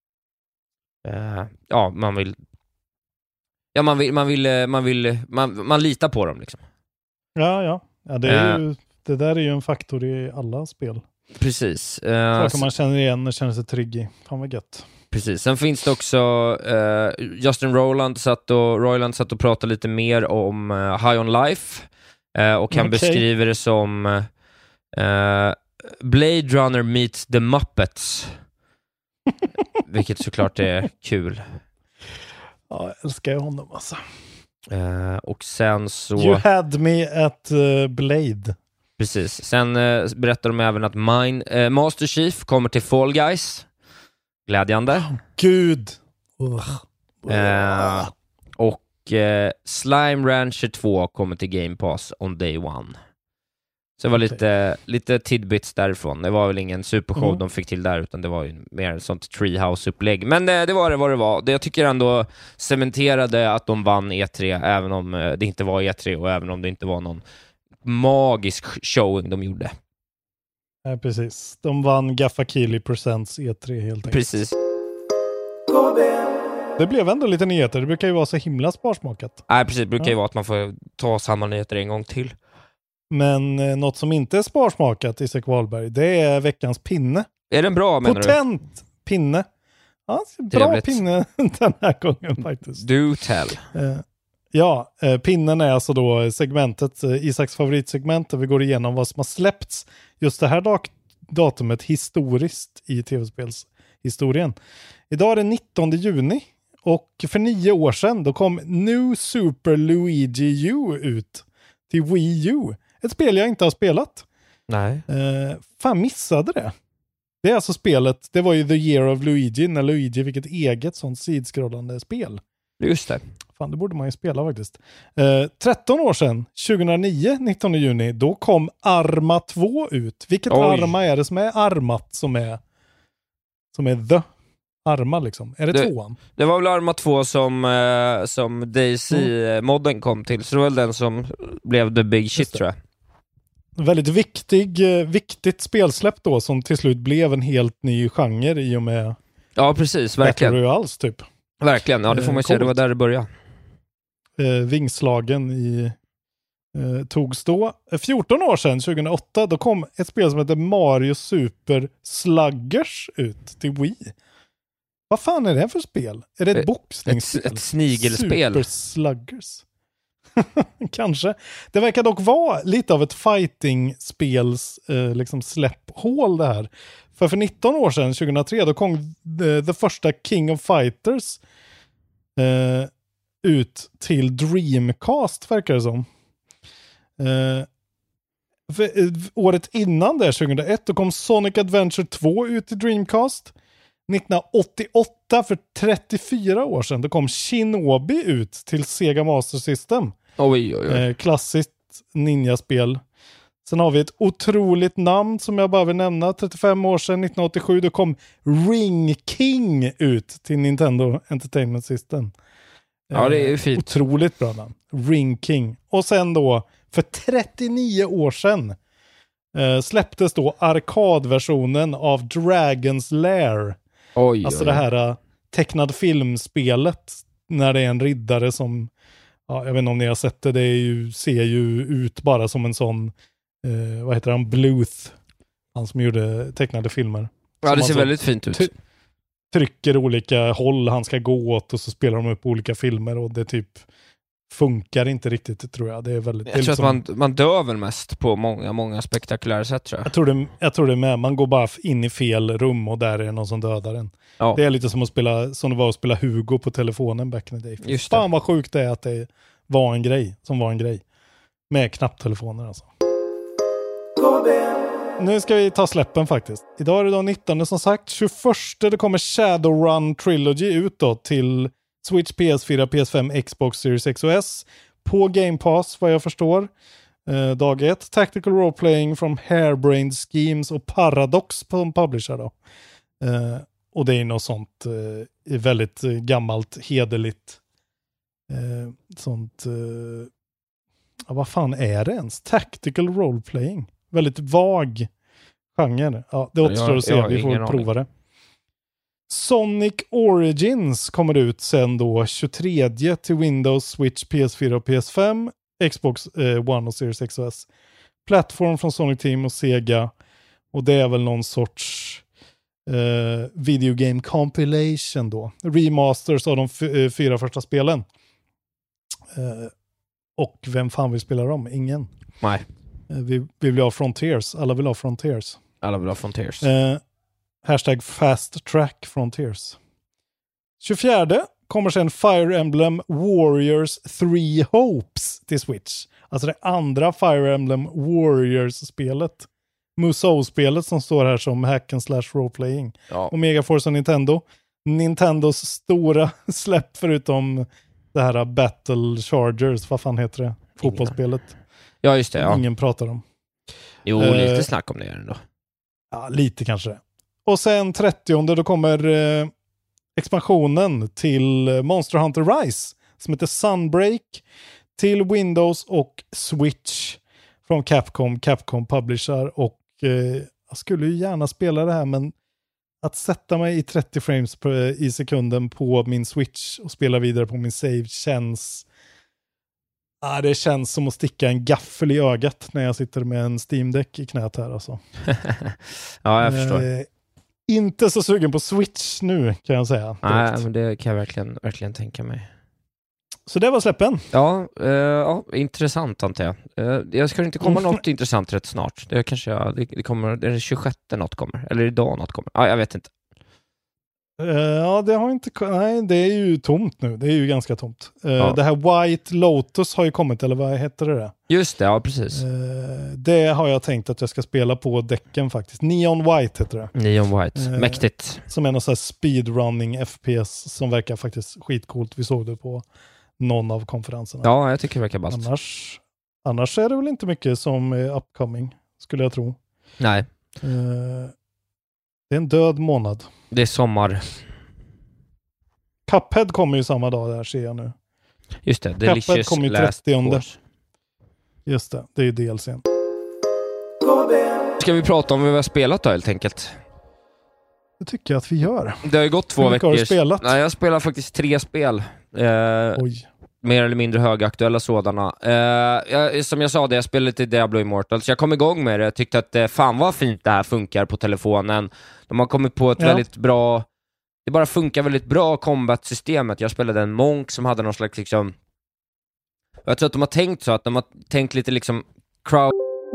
uh, ja, man vill ja, man vill, man vill, man vill man, man litar på dem liksom. Ja, ja. ja det, är ju, det där är ju en faktor i alla spel. Precis. Uh, Saker man känner igen och känner sig trygg i. Fan vad gött. Precis. Sen finns det också uh, Justin Roiland satt och, Roiland satt och pratade lite mer om uh, High on Life. Uh, och han okay. beskriver det som uh, Blade Runner meets the Muppets. Vilket såklart är kul. Ja, jag älskar honom alltså. Uh, och sen så... You had me at uh, Blade. Precis. Sen uh, berättar de även att Mine, uh, Master Chief kommer till Fall Guys. Glädjande. Oh, Gud! Uh. Uh, och uh, Slime Rancher två kommer till Game Pass on day one. Så det var lite, okay. lite tidbits därifrån. Det var väl ingen supershow mm. de fick till där, utan det var ju mer ett sånt treehouse-upplägg. Men det, det var det vad det var. Det, jag tycker ändå cementerade att de vann E tre, även om det inte var E tre och även om det inte var någon magisk showing de gjorde. Ja, precis. De vann Gaffakili Presents E tre helt enkelt. Precis. Det blev ändå lite nyheter. Det brukar ju vara så himla sparsmakat. Nej, precis. Det brukar ju ja. vara att man får ta samma nyheter en gång till. Men eh, något som inte är sparsmakat, Isak Wahlberg, det är veckans pinne. Är den bra, menar Potent du? Potent pinne. Ja, bra Trevligt. Pinne den här gången faktiskt. Do tell. Eh, ja, eh, pinnen är alltså då segmentet, eh, Isaks favoritsegment, där vi går igenom vad som har släppts just det här dag- datumet historiskt i tv-spelshistorien. Idag är det nittonde juni och för nio år sedan då kom New Super Luigi U ut till Wii U. Ett spel jag inte har spelat. Nej. Eh, fan missade det. Det är alltså spelet, det var ju The Year of Luigi, när Luigi fick ett eget sånt sidskrollande spel. Just det. Fan, det borde man ju spela faktiskt. Eh, tretton år sedan, tjugohundranion, nittonde juni, då kom Arma två ut. Vilket Oj. Arma är det som är Armat som är som är The Arma liksom? Är det, det tvåan? Det var väl Arma två som, eh, som Daisy-modden kom till. Så det var väl den som blev the big shit, tror jag. väldigt viktig, viktigt spelsläpp då som till slut blev en helt ny genre i och med Ja, precis, verkligen. Battle Royals typ. Verkligen, ja det får man ju säga, det var där det började. Eh, vingslagen i eh, togs då. fjorton år sedan, tjugohundraåtta, då kom ett spel som heter Mario Super Sluggers ut till Wii. Vad fan är det för spel? Är det ett boxningsspel? Ett, ett snigelspel. Super Sluggers. Kanske. Det verkar dock vara lite av ett fighting-spels eh, liksom släpphål det här. För för nitton år sedan, tjugohundratre, då kom the, the första King of Fighters eh, ut till Dreamcast, verkar det som. Eh, för, eh, året innan det, tjugohundraett, då kom Sonic Adventure två ut till Dreamcast. nittonhundraåttioåtta, för trettiofyra år sedan, då kom Shinobi ut till Sega Master System. Oj, oj, oj. Eh, klassiskt ninjaspel. Sen har vi ett otroligt namn som jag bara vill nämna. trettiofem år sedan, nittonhundraåttiosju, då kom Ring King ut till Nintendo Entertainment System. Ja, det är fint. Otroligt bra namn. Ring King. Och sen då, för trettionio år sedan, eh, släpptes då arkadversionen av Dragon's Lair. Oj, alltså oj. det här uh, tecknad filmspelet när det är en riddare som, ja, jag vet inte om ni har sett det, det är ju, ser ju ut bara som en sån, eh, vad heter han, Bluth, han som gjorde tecknade filmer. Ja, som det ser alltså väldigt fint ut. Ty- trycker olika håll han ska gå åt och så spelar de upp olika filmer och det typ funkar inte riktigt, tror jag. Det är väldigt, jag det är tror liksom, att man, man dör väl mest på många, många spektakulära sätt, tror jag. Jag tror, det, jag tror det med. Man går bara in i fel rum och där är det någon som dödar en. Ja. Det är lite som att spela, som det var att spela Hugo på telefonen back in the day. Just Fan vad sjukt det är att det var en grej, som var en grej. Med knapptelefoner alltså. Nu ska vi ta släppen faktiskt. Idag är det då nittonde som sagt. tjugoförsta det kommer Shadowrun Trilogy ut då till Switch, P S fyra, P S fem, Xbox Series X och S. På Game Pass, vad jag förstår. Eh, dag ett. Tactical Role-Playing from Harebrained Schemes och Paradox som publisher då. Eh, och det är något sånt eh, väldigt eh, gammalt, hederligt eh, sånt eh, ja, vad fan är det ens? Tactical Role-Playing. Väldigt vag genre. Ja, det återstår att se. Vi får prova det. Sonic Origins kommer ut sen då tjugotredje till Windows, Switch, P S fyra och P S fem, Xbox eh, One och Series X och S. Plattform från Sonic Team och Sega. Och det är väl någon sorts eh, video game compilation då. Remasters av de f- eh, fyra första spelen. Eh, och vem fan vill spela dem? Ingen. Nej. Vi, vi vill ha Frontiers. Alla vill ha Frontiers. Alla vill ha Frontiers. Eh, hashtag Fast Track Frontiers. tjugofjärde kommer sen Fire Emblem Warriors Three Hopes till Switch. Alltså det andra Fire Emblem Warriors-spelet. Musou-spelet som står här som hack and slash roleplaying. Ja. Och Megaforce och Nintendo. Nintendos stora släpp förutom det här Battle Chargers. Vad fan heter det? Fotbollsspelet. Ja, just det. Ja. Ingen pratar om. Jo, Eh, lite snack om det ändå. Ja, lite kanske. Och sen trettionde då kommer eh, expansionen till Monster Hunter Rise som heter Sunbreak till Windows och Switch från Capcom, Capcom Publisher. Och eh, jag skulle ju gärna spela det här, men att sätta mig i trettio frames per, i sekunden på min Switch och spela vidare på min save känns... Ah, det känns som att sticka en gaffel i ögat när jag sitter med en Steam Deck i knät här alltså. Ja, jag förstår. Eh, inte så sugen på Switch nu, kan jag säga. Nej, direkt. men det kan jag verkligen, verkligen tänka mig. Så det var släppen. Ja, eh, ja intressant antar jag. Eh, jag ska inte komma något intressant rätt snart. Det kanske jag, det, det kommer, det är det tjugosjätte något kommer. Eller idag något kommer. Ja, jag vet inte. Uh, ja, det har inte... Nej, det är ju tomt nu. Det är ju ganska tomt. Uh, Ja. Det här White Lotus har ju kommit, eller vad heter det? Just det, ja precis. Uh, det har jag tänkt att jag ska spela på däcken faktiskt. Neon White heter det. Neon White, Uh, mäktigt. Som är någon sån här speedrunning F P S som verkar faktiskt skitcoolt. Vi såg det på någon av konferenserna. Ja, jag tycker det verkar ballt. Annars, annars är det väl inte mycket som är upcoming, skulle jag tro. Nej. Uh, det är en död månad. Det är sommar. Cuphead kommer ju samma dag där, ser jag nu. Just det, Cuphead Delicious kommer ju Last trettionde. Course. Just det, det är ju D L C:n. K B. Ska vi prata om vad vi har spelat då helt enkelt? Det tycker jag att vi gör. Det har ju gått två Hur mycket veckor. har du spelat? Nej, jag spelar faktiskt tre spel. Eh, Oj. mer eller mindre högaktuella sådana. Eh, jag, som jag sa, det jag spelade lite Diablo Immortal, så jag kom igång med det. Jag tyckte att eh, fan vad fint det här funkar på telefonen. De har kommit på ett Ja. väldigt bra... Det bara funkar väldigt bra, combat-systemet. Jag spelade en monk som hade någon slags liksom... Jag tror att de har tänkt så, att de har tänkt lite liksom crowd...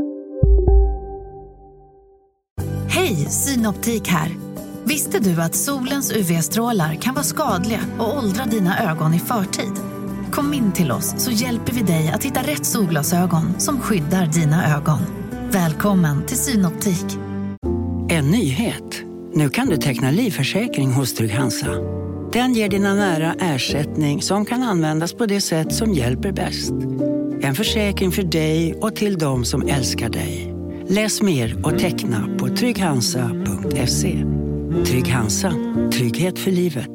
Hej, Synoptik här. Visste du att solens U V-strålar kan vara skadliga och åldra dina ögon i förtid? Kom in till oss så hjälper vi dig att hitta rätt solglasögon som skyddar dina ögon. Välkommen till Synoptik. En nyhet. Nu kan du teckna livförsäkring hos Trygg-Hansa. Den ger dina nära ersättning som kan användas på det sätt som hjälper bäst. En försäkring för dig och till de som älskar dig. Läs mer och teckna på trygg hansa punkt se. Trygg-Hansa. Trygghet för livet.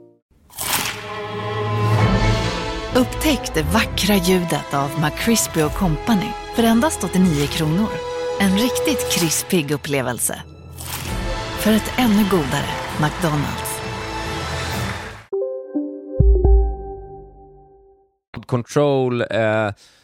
Upptäck det vackra ljudet av McCrispy och Company för endast åttionio kronor. En riktigt krispig upplevelse. För ett ännu godare McDonald's. Control eh,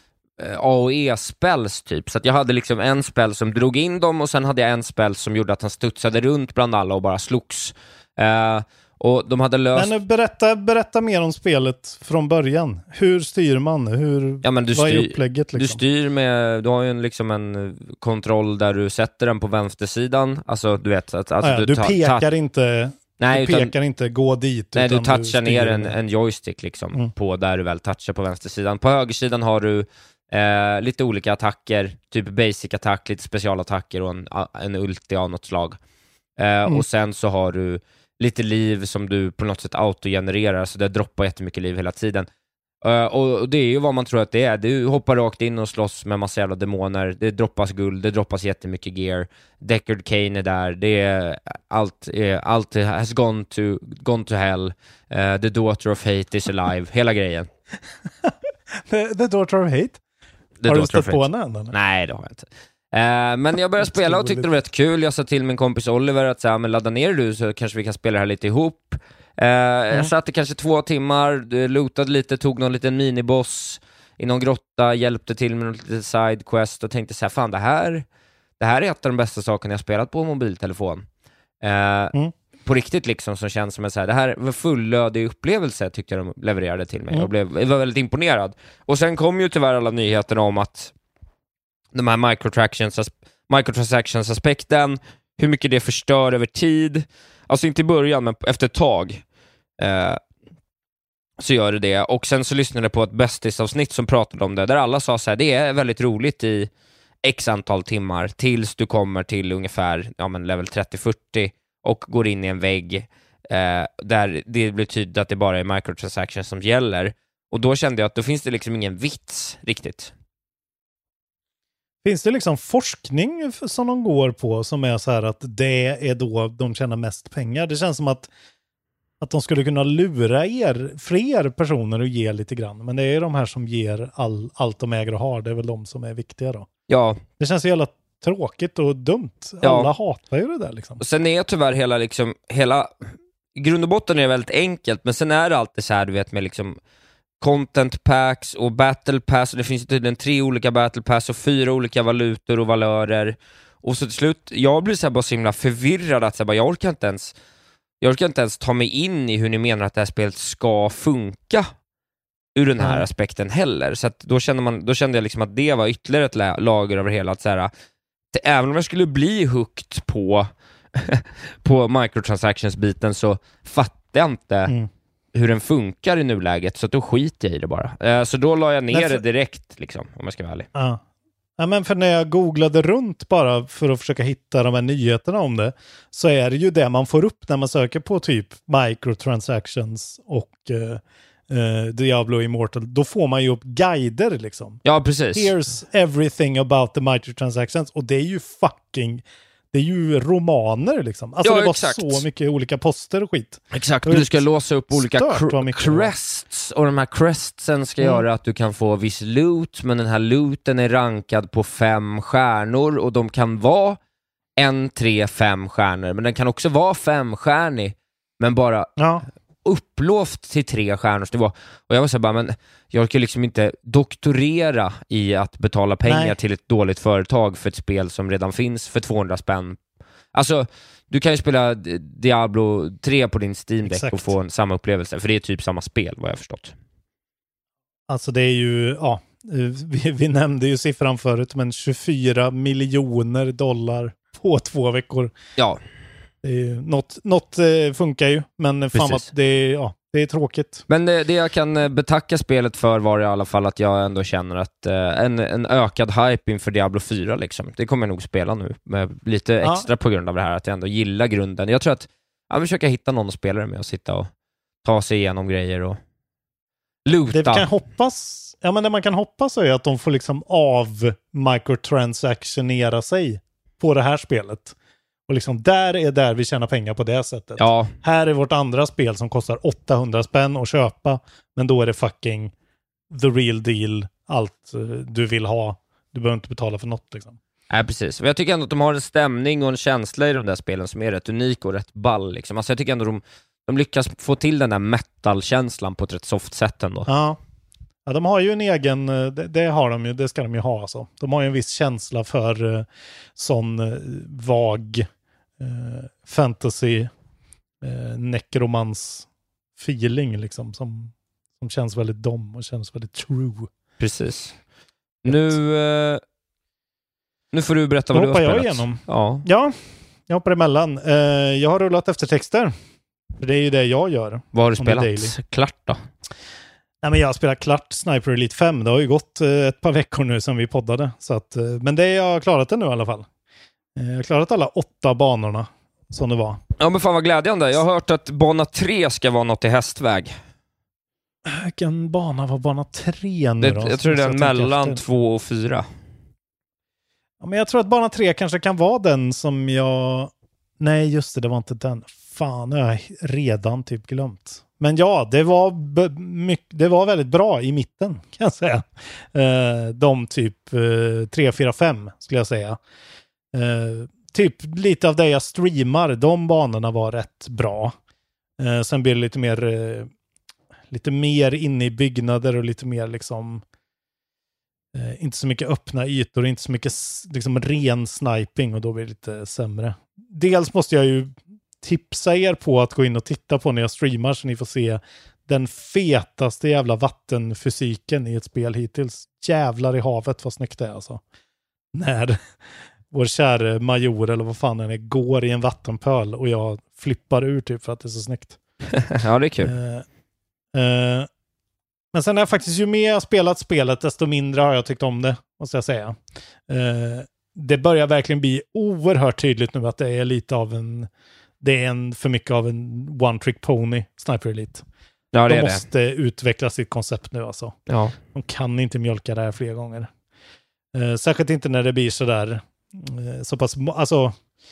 A och E-spells typ. Så att jag hade liksom en spel som drog in dem, och sen hade jag en spel som gjorde att han studsade runt bland alla och bara slogs. Eh, och de hade löst... Men berätta, berätta mer om spelet från början. Hur styr man? Hur, ja, men du vad styr, är upplägget? Liksom? Du styr med... Du har ju en, liksom en kontroll där du sätter den på vänstersidan. Alltså, du vet... Att, alltså, ah, ja, du, du ta, pekar ta, inte... Nej, du utan, pekar inte gå dit. Nej, utan du touchar du ner en, en joystick liksom, mm. på där du väl touchar på vänstersidan. På högersidan har du eh, lite olika attacker, typ basic-attack, lite specialattacker och en, en ulti av något slag. Eh, mm. Och sen så har du lite liv som du på något sätt autogenererar, så det droppar jättemycket liv hela tiden. Uh, och det är ju vad man tror att det är. Du hoppar rakt in och slåss med massa jävla demoner. Det droppas guld, det droppas jättemycket gear. Deckard Cain är där. Det är allt, är, allt has gone to, gone to hell. Uh, the daughter of hate is alive. Hela grejen. the, the daughter of hate? The har du stött på henne än? Nej, det har jag inte. Uh, men jag började spela och tyckte det var rätt kul. Jag sa till min kompis Oliver att så här, men ladda ner du så kanske vi kan spela här lite ihop. Uh, mm. Jag satt i kanske två timmar, lootade lite, tog någon liten miniboss i någon grotta, hjälpte till med någon liten sidequest och tänkte så här, fan det här det här är ett av de bästa sakerna jag spelat på mobiltelefon. Uh, mm. På riktigt liksom, som känns som en så här, det här var fullödig upplevelse tyckte jag de levererade till mig. Mm. Jag, blev, jag var väldigt imponerad. Och sen kom ju tyvärr alla nyheterna om att de här microtransactions, microtransactions-aspekten, hur mycket det förstör över tid. Alltså inte i början, men efter ett tag eh, så gör det det. Och sen så lyssnade jag på ett bästis-avsnitt som pratade om det, där alla sa så här, det är väldigt roligt i x antal timmar tills du kommer till ungefär ja, men level trettio fyrtio och går in i en vägg eh, där det blir tydligt att det bara är microtransactions som gäller. Och då kände jag att då finns det liksom ingen vits riktigt. Finns det liksom forskning som de går på som är så här att det är då de tjänar mest pengar? Det känns som att, att de skulle kunna lura er, fler personer och ge lite grann. Men det är de här som ger all, allt de äger och har. Det är väl de som är viktiga då. Ja. Det känns jävla tråkigt och dumt. Ja. Alla hatar ju det där liksom. Och sen är tyvärr hela liksom, hela grund och botten är väldigt enkelt, men sen är det alltid så här, du vet, med liksom content packs och battle pass, och det finns tydligen tre olika battle pass och fyra olika valutor och valörer, och så till slut jag blir så här bara så himla förvirrad att så här, bara, jag orkar inte ens jag orkar inte ens ta mig in i hur ni menar att det här spelet ska funka ur den här mm. aspekten heller, så att då kände man då kände jag liksom att det var ytterligare ett la- lager över hela att så här, att även om jag skulle bli hooked på på microtransactions-biten så fattar jag inte mm. hur den funkar i nuläget, så då skiter jag i det bara. Uh, så då la jag ner för... det direkt, liksom, om jag ska vara ärlig. Ja. Ja, men för när jag googlade runt bara för att försöka hitta de här nyheterna om det, så är det ju det man får upp när man söker på typ microtransactions och uh, uh, Diablo Immortal. Då får man ju upp guider liksom. Ja, precis. Here's everything about the microtransactions, och det är ju fucking... det är ju romaner liksom. Alltså ja, det var exakt. så mycket olika poster och skit. Exakt, du ska låsa upp olika cr- crests och de här crestsen ska mm. göra att du kan få viss loot, men den här looten är rankad på fem stjärnor och de kan vara en, tre, fem stjärnor, men den kan också vara femstjärnig men bara ja. upplovt till tre stjärnors nivå. Och jag var så bara, men jag kan liksom inte doktorera i att betala pengar Nej. till ett dåligt företag för ett spel som redan finns för tvåhundra spänn. Alltså, du kan ju spela Diablo tre på din Steam Deck Exakt. och få en samma upplevelse, för det är typ samma spel, vad jag har förstått. Alltså det är ju, ja, vi, vi nämnde ju siffran förut, men tjugofyra miljoner dollar på två veckor. Ja. Det är ju, något, något eh, funkar ju, men Precis. fan att det är, ja, det är tråkigt. Men det, det jag kan betacka spelet för var i alla fall att jag ändå känner att eh, en, en ökad hype inför Diablo fyra liksom. Det kommer jag nog spela nu med lite ja. extra på grund av det här, att jag ändå gillar grunden. Jag tror att jag försöker hitta någon spelare med att sitta och ta sig igenom grejer och luta. Det kan hoppas, ja men det man kan hoppas är att de får liksom av microtransactionera sig på det här spelet. Och liksom där är där vi tjänar pengar på det sättet. Ja. Här är vårt andra spel som kostar åttahundra spänn att köpa, men då är det fucking the real deal, allt du vill ha. Du behöver inte betala för något liksom. Nej, precis. Men jag tycker ändå att de har en stämning och en känsla i de där spelen som är rätt unik och rätt ball liksom. Alltså jag tycker ändå de, de lyckas få till den där metal-känslan på ett rätt soft sätt ändå. Ja. Ja, de har ju en egen, det, det har de ju, det ska de ju ha alltså. De har ju en viss känsla för uh, sån uh, vag uh, fantasy uh, nekromans feeling liksom, som, som känns väldigt dom och känns väldigt true. Precis. Nu uh, nu får du berätta vad du har spelat. Hoppar jag igenom? Ja. Ja, jag hoppar emellan. Uh, jag har rullat efter texter. För det är ju det jag gör. Vad har du spelat? Klart då? Nej, men jag har spelat klart Sniper Elite fem. Det har ju gått eh, ett par veckor nu sedan vi poddade. Så att, eh, men det har jag klarat det nu i alla fall. Eh, jag har klarat alla åtta banorna som det var. Ja, men fan vad glädjande. Jag har hört att bana tre ska vara något i hästväg. Vilken bana var bana tre nu det, då? Jag tror det är mellan två och fyra. Ja, men jag tror att bana tre kanske kan vara den som jag... Nej, just det, det var inte den. Fan, jag har redan typ glömt. Men ja, det var, b- mycket, det var väldigt bra i mitten kan jag säga. Eh, de typ eh, tre, fyra, fem skulle jag säga. Eh, typ lite av det jag streamar, de banorna var rätt bra. Eh, sen blir det lite mer eh, lite mer inne i byggnader och lite mer liksom eh, inte så mycket öppna ytor, inte så mycket liksom ren sniping, och då blir det lite sämre. Dels måste jag ju tipsa er på att gå in och titta på när jag streamar, så ni får se den fetaste jävla vattenfysiken i ett spel hittills. Jävlar i havet vad snyggt det är alltså. När vår kära major eller vad fan den är går i en vattenpöl och jag flippar ur typ för att det är så snyggt. Ja, det är kul. Uh, uh, men sen har jag faktiskt, ju mer jag spelat spelet desto mindre har jag tyckt om det, måste jag säga. Uh, det börjar verkligen bli oerhört tydligt nu att det är lite av en det är en för mycket av en one-trick pony, Sniper Elite. Ja, det de är måste det. utveckla sitt koncept nu alltså. Ja. De kan inte mjölka det här fler gånger. Eh, särskilt inte när det blir sådär eh, så pass, alltså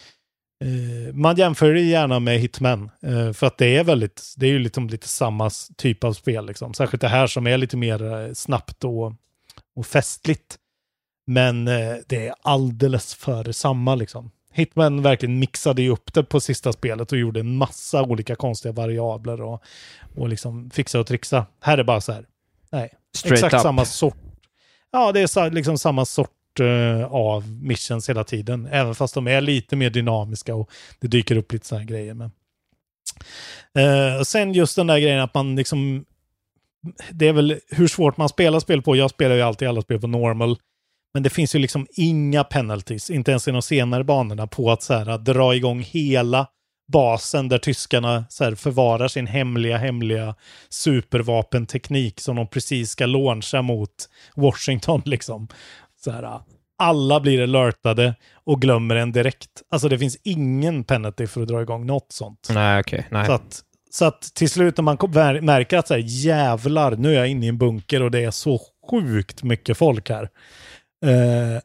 eh, man jämför det gärna med Hitman eh, för att det är väldigt, det är ju liksom lite samma typ av spel liksom. Särskilt det här som är lite mer eh, snabbt och, och festligt. Men eh, det är alldeles för samma liksom. Hitman verkligen mixade ju upp det på sista spelet och gjorde en massa olika konstiga variabler och, och liksom fixa och trixa. Här är bara så här. Nej, straight exakt up. Samma sort. Ja, det är så, liksom samma sort uh, av missions hela tiden. Även fast de är lite mer dynamiska och det dyker upp lite såna här grejer. Men. Uh, och sen just den där grejen att man liksom, det är väl hur svårt man spelar spel på. Jag spelar ju alltid alla spel på normal. Men det finns ju liksom inga penalties, inte ens i de senare banorna, på att, så här, att dra igång hela basen där tyskarna så här, förvarar sin hemliga, hemliga supervapenteknik som de precis ska launcha mot Washington. Liksom. Så här, alla blir alertade och glömmer en direkt. Alltså det finns ingen penalty för att dra igång något sånt. Nej, okej. Okay, nej. Så att, så att till slut när man märker att så här, jävlar, nu är jag inne i en bunker och det är så sjukt mycket folk här. Uh,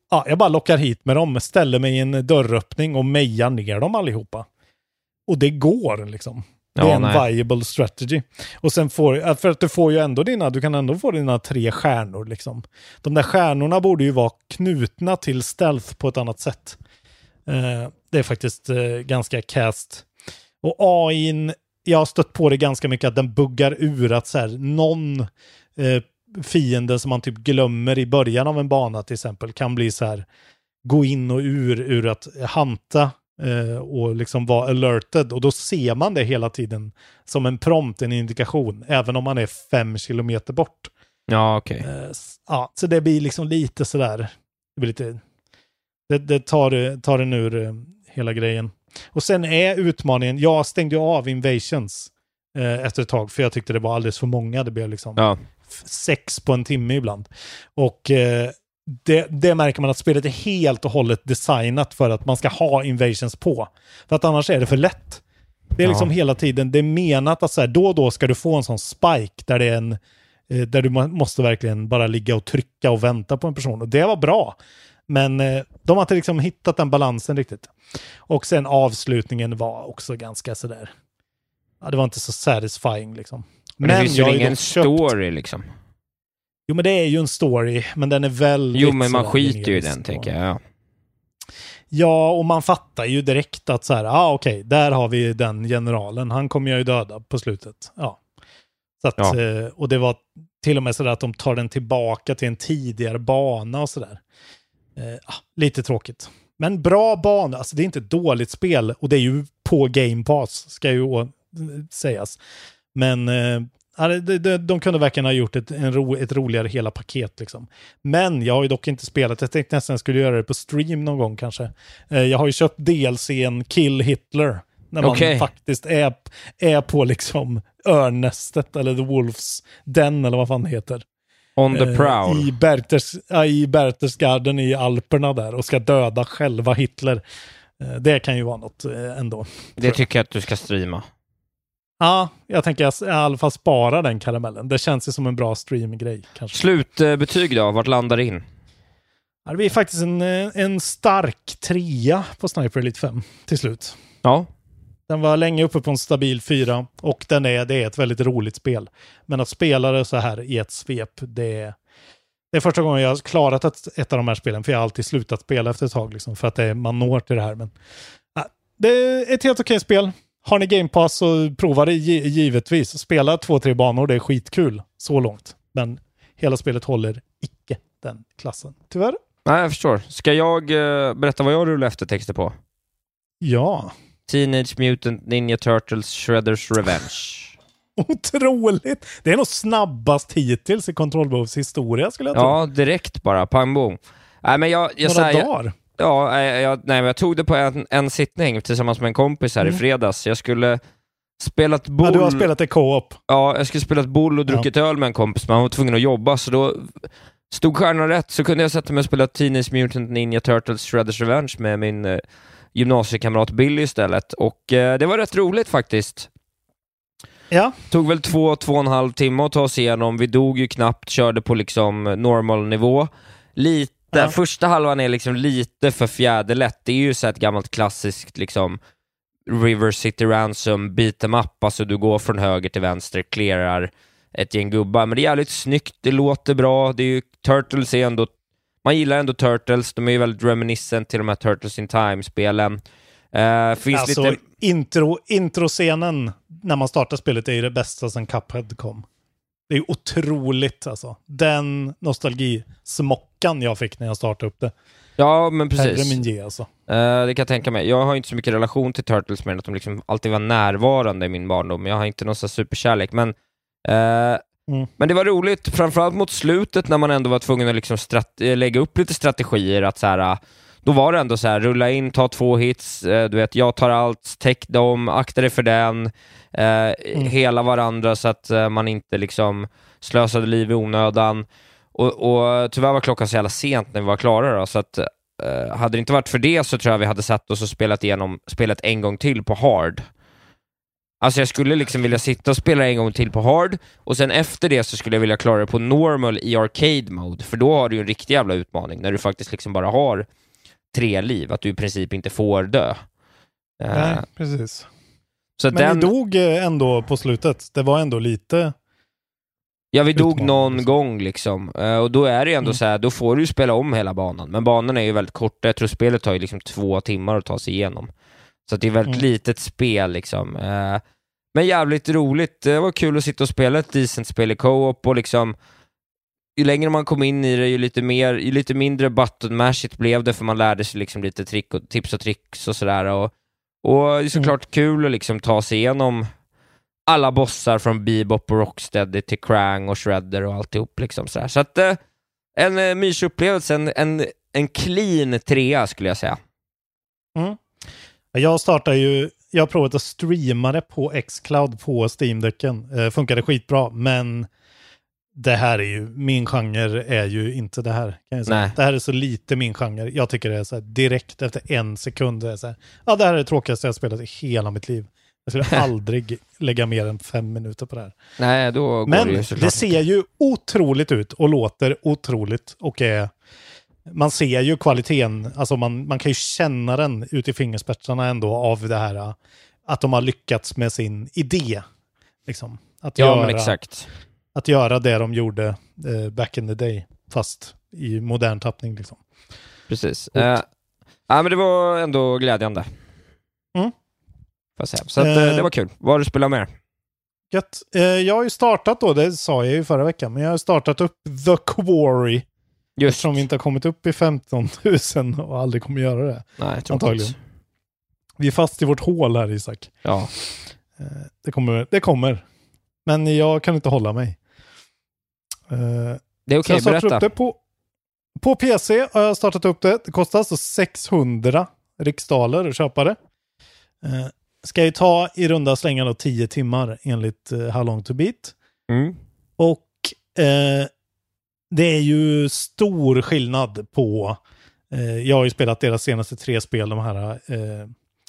ja, jag bara lockar hit med dem, ställer mig i en dörröppning och mejar ner dem allihopa. Och det går liksom. Det ja, är en nej. viable strategy. Och sen får, för att du får ju ändå dina, du kan ändå få dina tre stjärnor liksom. De där stjärnorna borde ju vara knutna till stealth på ett annat sätt. Uh, det är faktiskt uh, ganska cast. Och A I:n, jag har stött på det ganska mycket att den buggar ur att så här, någon uh, fiende som man typ glömmer i början av en bana till exempel kan bli så här, gå in och ur ur att hanta uh, och liksom vara alerted, och då ser man det hela tiden som en prompt, en indikation, även om man är fem kilometer bort. Ja, okej. Okay. Uh, ja, så det blir liksom lite sådär, det blir lite det, det tar, tar den ur uh, hela grejen. Och sen är utmaningen, jag stängde ju av Invasions uh, efter ett tag, för jag tyckte det var alldeles för många, det blev liksom ja. sex på en timme ibland. Och eh, det, det märker man att spelet är helt och hållet designat för att man ska ha invasions på. För att annars är det för lätt. Det är ja. liksom hela tiden, det är menat att så här, då och då ska du få en sån spike där det är en eh, där du måste verkligen bara ligga och trycka och vänta på en person. Och det var bra. Men eh, de har inte liksom hittat den balansen riktigt. Och sen avslutningen var också ganska sådär. Ja, det var inte så satisfying liksom. Men, men det finns ju ingen köpt... story liksom. Jo, men det är ju en story, men den är väldigt... Jo, men man skiter ju i den, tänker jag. Ja. ja, och man fattar ju direkt att så här, ah, okej, okay, där har vi den generalen. Han kommer jag ju döda på slutet. Ja. Så att, ja. Och det var till och med så där att de tar den tillbaka till en tidigare bana och sådär. Eh, lite tråkigt. Men bra bana, alltså det är inte ett dåligt spel, och det är ju på Game Pass, ska ju sägas. Men eh, de, de, de kunde verkligen ha gjort ett, en ro, ett roligare hela paket liksom. Men jag har ju dock inte spelat, jag tänkte nästan jag skulle göra det på stream någon gång kanske. Eh, jag har ju köpt D L C:n Kill Hitler, när man okay. faktiskt är, är på liksom örnnästet eller The Wolves Den eller vad fan det heter. On the prowl. Eh, I, Berchters, äh, i Berchtesgaden i Alperna där och ska döda själva Hitler. Eh, det kan ju vara något eh, ändå. Det tycker jag att du ska streama. Ja, jag tänker jag i alla fall spara den karamellen. Det känns ju som en bra streamgrej. Kanske. Slutbetyg då? Vart landar in? Det blir faktiskt en, en stark trea på Sniper Elite fem till slut. Ja. Den var länge uppe på en stabil fyra, och den är, det är ett väldigt roligt spel. Men att spela det så här i ett svep, det är, det är första gången jag har klarat ett, ett av de här spelen, för jag har alltid slutat spela efter ett tag liksom, för att det är, man når till det här. Men äh, det är ett helt okej spel. Har ni Game Pass så prova det givetvis. Spela två, tre banor, det är skitkul så långt. Men hela spelet håller icke den klassen, tyvärr. Nej, jag förstår. Ska jag uh, berätta vad jag rullar efter texter på? Ja. Teenage Mutant Ninja Turtles Shredder's Revenge. Otroligt! Det är nog snabbast hittills i Control Behoves historia, skulle jag tro. Ja, direkt bara. Pang bom. Nej, men jag, jag, Några jag, dagar? Ja, jag, nej, men jag tog det på en, en sittning tillsammans med en kompis här mm. i fredags. Jag skulle spelat boll... Ja, du har spelat ett co-op. Ja, jag skulle spelat boll och druckit ja. öl med en kompis, men han var tvungen att jobba, så då stod stjärnan rätt, så kunde jag sätta mig och spela Teenage Mutant Ninja Turtles Shredder's Revenge med min eh, gymnasiekamrat Billy istället. Och eh, det var rätt roligt faktiskt. Ja. Tog väl två, två och en halv timme att ta oss igenom. Vi dog ju knappt, körde på liksom normal nivå. Lite, ja. Första halvan är liksom lite för fjäderlätt. Det är ju så ett gammalt klassiskt liksom River City Ransom beat em up. Alltså du går från höger till vänster, clearar ett gäng gubbar. Men det är jävligt snyggt, det låter bra. Det är ju, Turtles är ändå, man gillar ändå Turtles. De är ju väldigt reminiscent till de här Turtles in Time-spelen. Uh, finns alltså, lite... intro, introscenen när man startar spelet är ju det bästa sen Cuphead kom. Det är ju otroligt alltså. Den nostalgismockan jag fick när jag startade upp det. Ja, men precis. Min ge, alltså. uh, det kan jag tänka mig. Jag har inte så mycket relation till Turtles, men att de liksom alltid var närvarande i min barndom. Jag har inte någon sån superkärlek, men uh, mm. men det var roligt, framförallt mot slutet när man ändå var tvungen att liksom strate- lägga upp lite strategier, att så här, då var det ändå så här, rulla in, ta två hits, uh, du vet, jag tar allt, täck dem, akta dig för den, uh, mm. hela varandra så att uh, man inte liksom slösade liv i onödan. Och, och tyvärr var klockan så jävla sent när vi var klara då, så att uh, hade det inte varit för det så tror jag vi hade satt oss och spelat igenom spelet en gång till på hard. Alltså jag skulle liksom vilja sitta och spela en gång till på hard, och sen efter det så skulle jag vilja klara det på normal i arcade mode, för då har du ju en riktig jävla utmaning när du faktiskt liksom bara har tre liv, att du i princip inte får dö. Nej, uh, precis. Så men den... ni dog ändå på slutet. Det var ändå lite... Ja, vi dog någon liksom. gång liksom. Uh, och då är det ju ändå mm. så här, då får du spela om hela banan. Men banan är ju väldigt korta. Jag tror spelet tar ju liksom två timmar att ta sig igenom. Så att det är väldigt mm. litet spel liksom. Uh, men jävligt roligt. Det var kul att sitta och spela ett decent spel i co-op, och liksom ju längre man kom in i det, ju lite mer, ju lite mindre button mashigt blev det, för man lärde sig liksom lite trick och tips och tricks och sådär. Och, och det är såklart mm. kul att liksom ta sig igenom alla bossar från Bebop och Rocksteady till Krang och Shredder och alltihop liksom sådär. Så att eh, en eh, mysig upplevelse, en, en, en clean trea skulle jag säga. Mm. Jag startar ju, jag har provat att streama det på xCloud på Steam-däcken. Eh, funkade skitbra, men det här är ju, min genre är ju inte det här, kan jag säga. Nej. Det här är så lite min genre. Jag tycker det är så här, direkt efter en sekund är så här, ja, det här är det tråkigaste jag har spelat i hela mitt liv. Jag skulle aldrig lägga mer än fem minuter på det här. Nej, då går men det ju det ser ju otroligt ut och låter otroligt, och är, man ser ju kvaliteten, alltså man, man kan ju känna den ut i fingerspetsarna ändå av det här, att de har lyckats med sin idé liksom, att ja, göra, men exakt. att göra det de gjorde eh, back in the day, fast i modern tappning liksom. Precis. Och, uh, ja, men det var ändå glädjande. Mm. Så att, uh, det var kul. Vad har du spelat med? Gött. Uh, jag har ju startat då, det sa jag ju förra veckan, men jag har startat upp The Quarry. Just. Eftersom vi inte har kommit upp i femton tusen och aldrig kommer göra det. Nej, antagligen. Vi är fast i vårt hål här, Isak. Ja. Uh, det kommer, det kommer. Men jag kan inte hålla mig. Uh, det är okej, okay, berätta. Upp det på, på P C har jag startat upp det. Det kostar alltså sexhundra riksdaler att köpa det. Uh, ska ju ta i runda slängar då tio timmar enligt uh, How Long To Beat. Mm. Och uh, det är ju stor skillnad på uh, jag har ju spelat deras senaste tre spel, de här uh,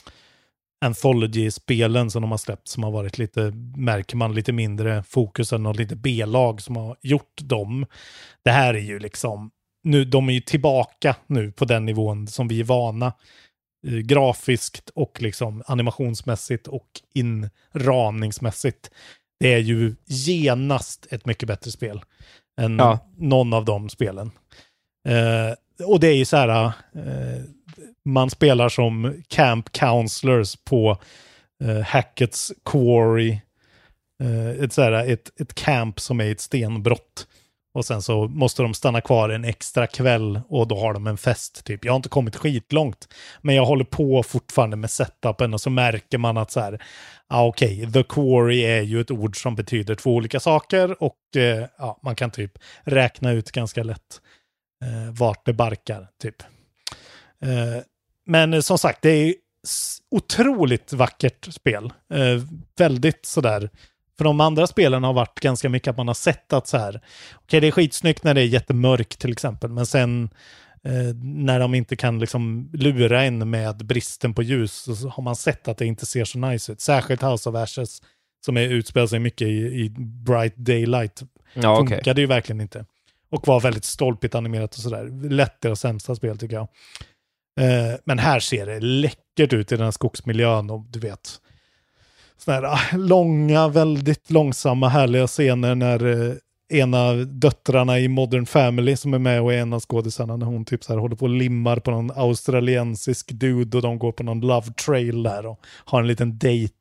Anthology-spelen som de har släppt, som har varit lite, märker man, lite mindre fokus än något lite B-lag som har gjort dem. Det här är ju liksom, nu, de är ju tillbaka nu på den nivån som vi är vana. Eh, grafiskt och liksom animationsmässigt och inramningsmässigt. Det är ju genast ett mycket bättre spel än ja. någon av de spelen. Eh, och det är ju så här... Eh, man spelar som camp counselors på uh, Hackett's Quarry. Uh, ett, så här, ett, ett camp som är ett stenbrott. Och sen så måste de stanna kvar en extra kväll och då har de en fest typ. Jag har inte kommit skitlångt, men jag håller på fortfarande med setupen, och så märker man att så här, ah, okej, okay, The Quarry är ju ett ord som betyder två olika saker, och uh, ja, man kan typ räkna ut ganska lätt uh, vart det barkar typ. Uh, men som sagt, det är otroligt vackert spel. Uh, väldigt sådär. För de andra spelen har varit ganska mycket att man har sett att så här, okej, okay, det är skitsnyggt när det är jättemörkt till exempel, men sen uh, när de inte kan liksom lura en med bristen på ljus, så har man sett att det inte ser så nice ut. Särskilt House of Ashes, som är utspelar sig mycket i, i bright daylight. Ja, funkade okay. ju verkligen inte. Och var väldigt stolpigt animerat och sådär. Lätt deras sämsta spel tycker jag. Uh, men här ser det läckert ut i den här skogsmiljön, och du vet, såna här långa, väldigt långsamma, härliga scener när uh, ena döttrarna i Modern Family som är med och är en av skådisarna, när hon typ så här håller på och limmar på någon australiensisk dude, och de går på någon love trail där och har en liten date.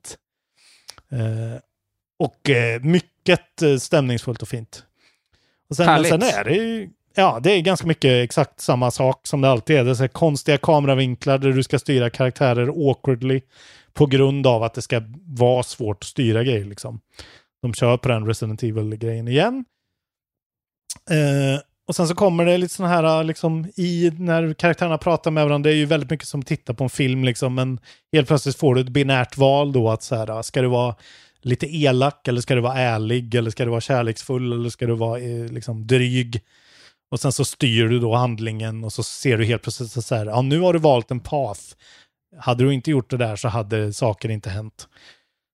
Uh, och uh, mycket uh, stämningsfullt och fint. Och sen, sen är det ju, ja, det är ganska mycket exakt samma sak som det alltid är. Det är så här konstiga kameravinklar där du ska styra karaktärer awkwardly på grund av att det ska vara svårt att styra grejer liksom. De kör på den Resident Evil-grejen igen. Eh, och sen så kommer det lite såna här liksom, i när karaktärerna pratar med varandra, det är ju väldigt mycket som att titta på en film liksom, men helt plötsligt får du ett binärt val då, att så här, ska du vara lite elak, eller ska du vara ärlig, eller ska du vara kärleksfull, eller ska du vara eh, liksom dryg. Och sen så styr du då handlingen, och så ser du helt plötsligt så här, ja, nu har du valt en path. Hade du inte gjort det där så hade saker inte hänt.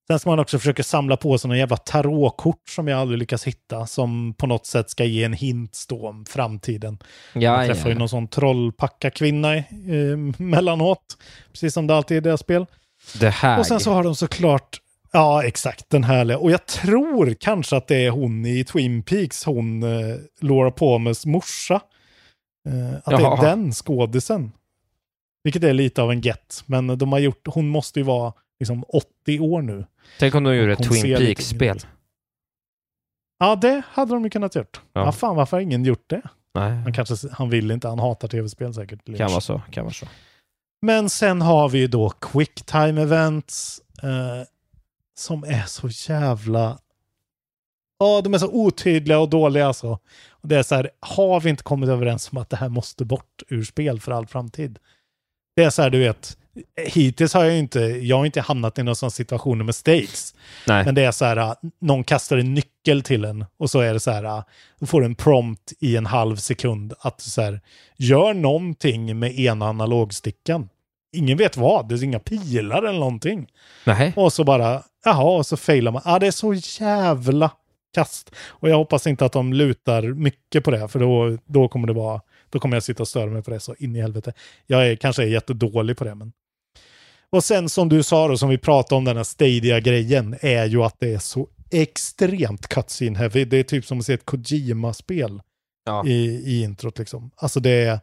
Sen ska man också försöka samla på såna jävla tarotkort som jag aldrig lyckas hitta, som på något sätt ska ge en hint då om framtiden. Ja, man träffar ja. ju någon sån trollpacka-kvinna eh, mellanåt, precis som det alltid är i deras spel. Det här. Och sen så har de såklart, ja exakt, den härliga. Och jag tror kanske att det är hon i Twin Peaks, hon eh, Laura Palmers morsa. Eh, att Jaha. det är den skådisen. Vilket är lite av en get. Men de har gjort, hon måste ju vara liksom åttio år nu. Tänk om de gjorde ett Hon Twin ser lite Peaks-spel. Ja, det hade de ju kunnat gjort. Ja. Ja, fan, varför har ingen gjort det? Nej, Han kanske, han vill inte, han hatar tv-spel säkert. kan vara så, kan vara så. Men sen har vi ju då quick time events eh, som är så jävla... Ja, de är så otydliga och dåliga alltså. Och det är så här, har vi inte kommit överens om att det här måste bort ur spel för all framtid? Det är så här, du vet, hittills har jag inte, jag har inte hamnat i någon sån situationer med stakes. Nej. Men det är så här, någon kastar en nyckel till en och så är det så här, du får en prompt i en halv sekund att så här, gör någonting med ena analogstickan. Ingen vet vad, det är inga pilar eller någonting. Nej. Och så bara, jaha, och så failar man. Ja, det är så jävla kast. Och jag hoppas inte att de lutar mycket på det, för då, då kommer det vara, då kommer jag sitta och störa mig på det så in i helvete. Jag är kanske är jättedålig på det, men... Och sen som du sa då, som vi pratade om den här Stadia-grejen, är ju att det är så extremt cutscene heavy. Det är typ som att se ett Kojima-spel ja. i, i introt liksom. Alltså det är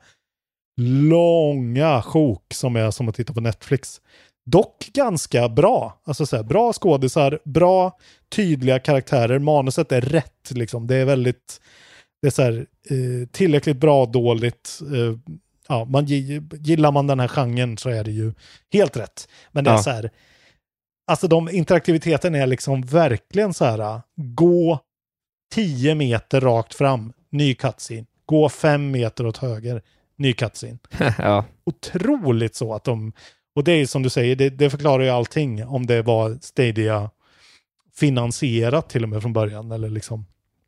långa sjok som är som att titta på Netflix. Dock ganska bra. Alltså så här, bra skådisar, bra tydliga karaktärer. Manuset är rätt liksom. Det är väldigt, det är så här, eh, tillräckligt bra, dåligt. Eh, ja, man gillar man den här genren så är det ju helt rätt. Men det är ja. så här, alltså de interaktiviteten är liksom verkligen så här, gå tio meter rakt fram, ny cutscene. Gå fem meter åt höger, ny cutscene. ja. Otroligt så att de, och det är som du säger, det, det förklarar ju allting om det var Stadia finansierat till och med från början, eller liksom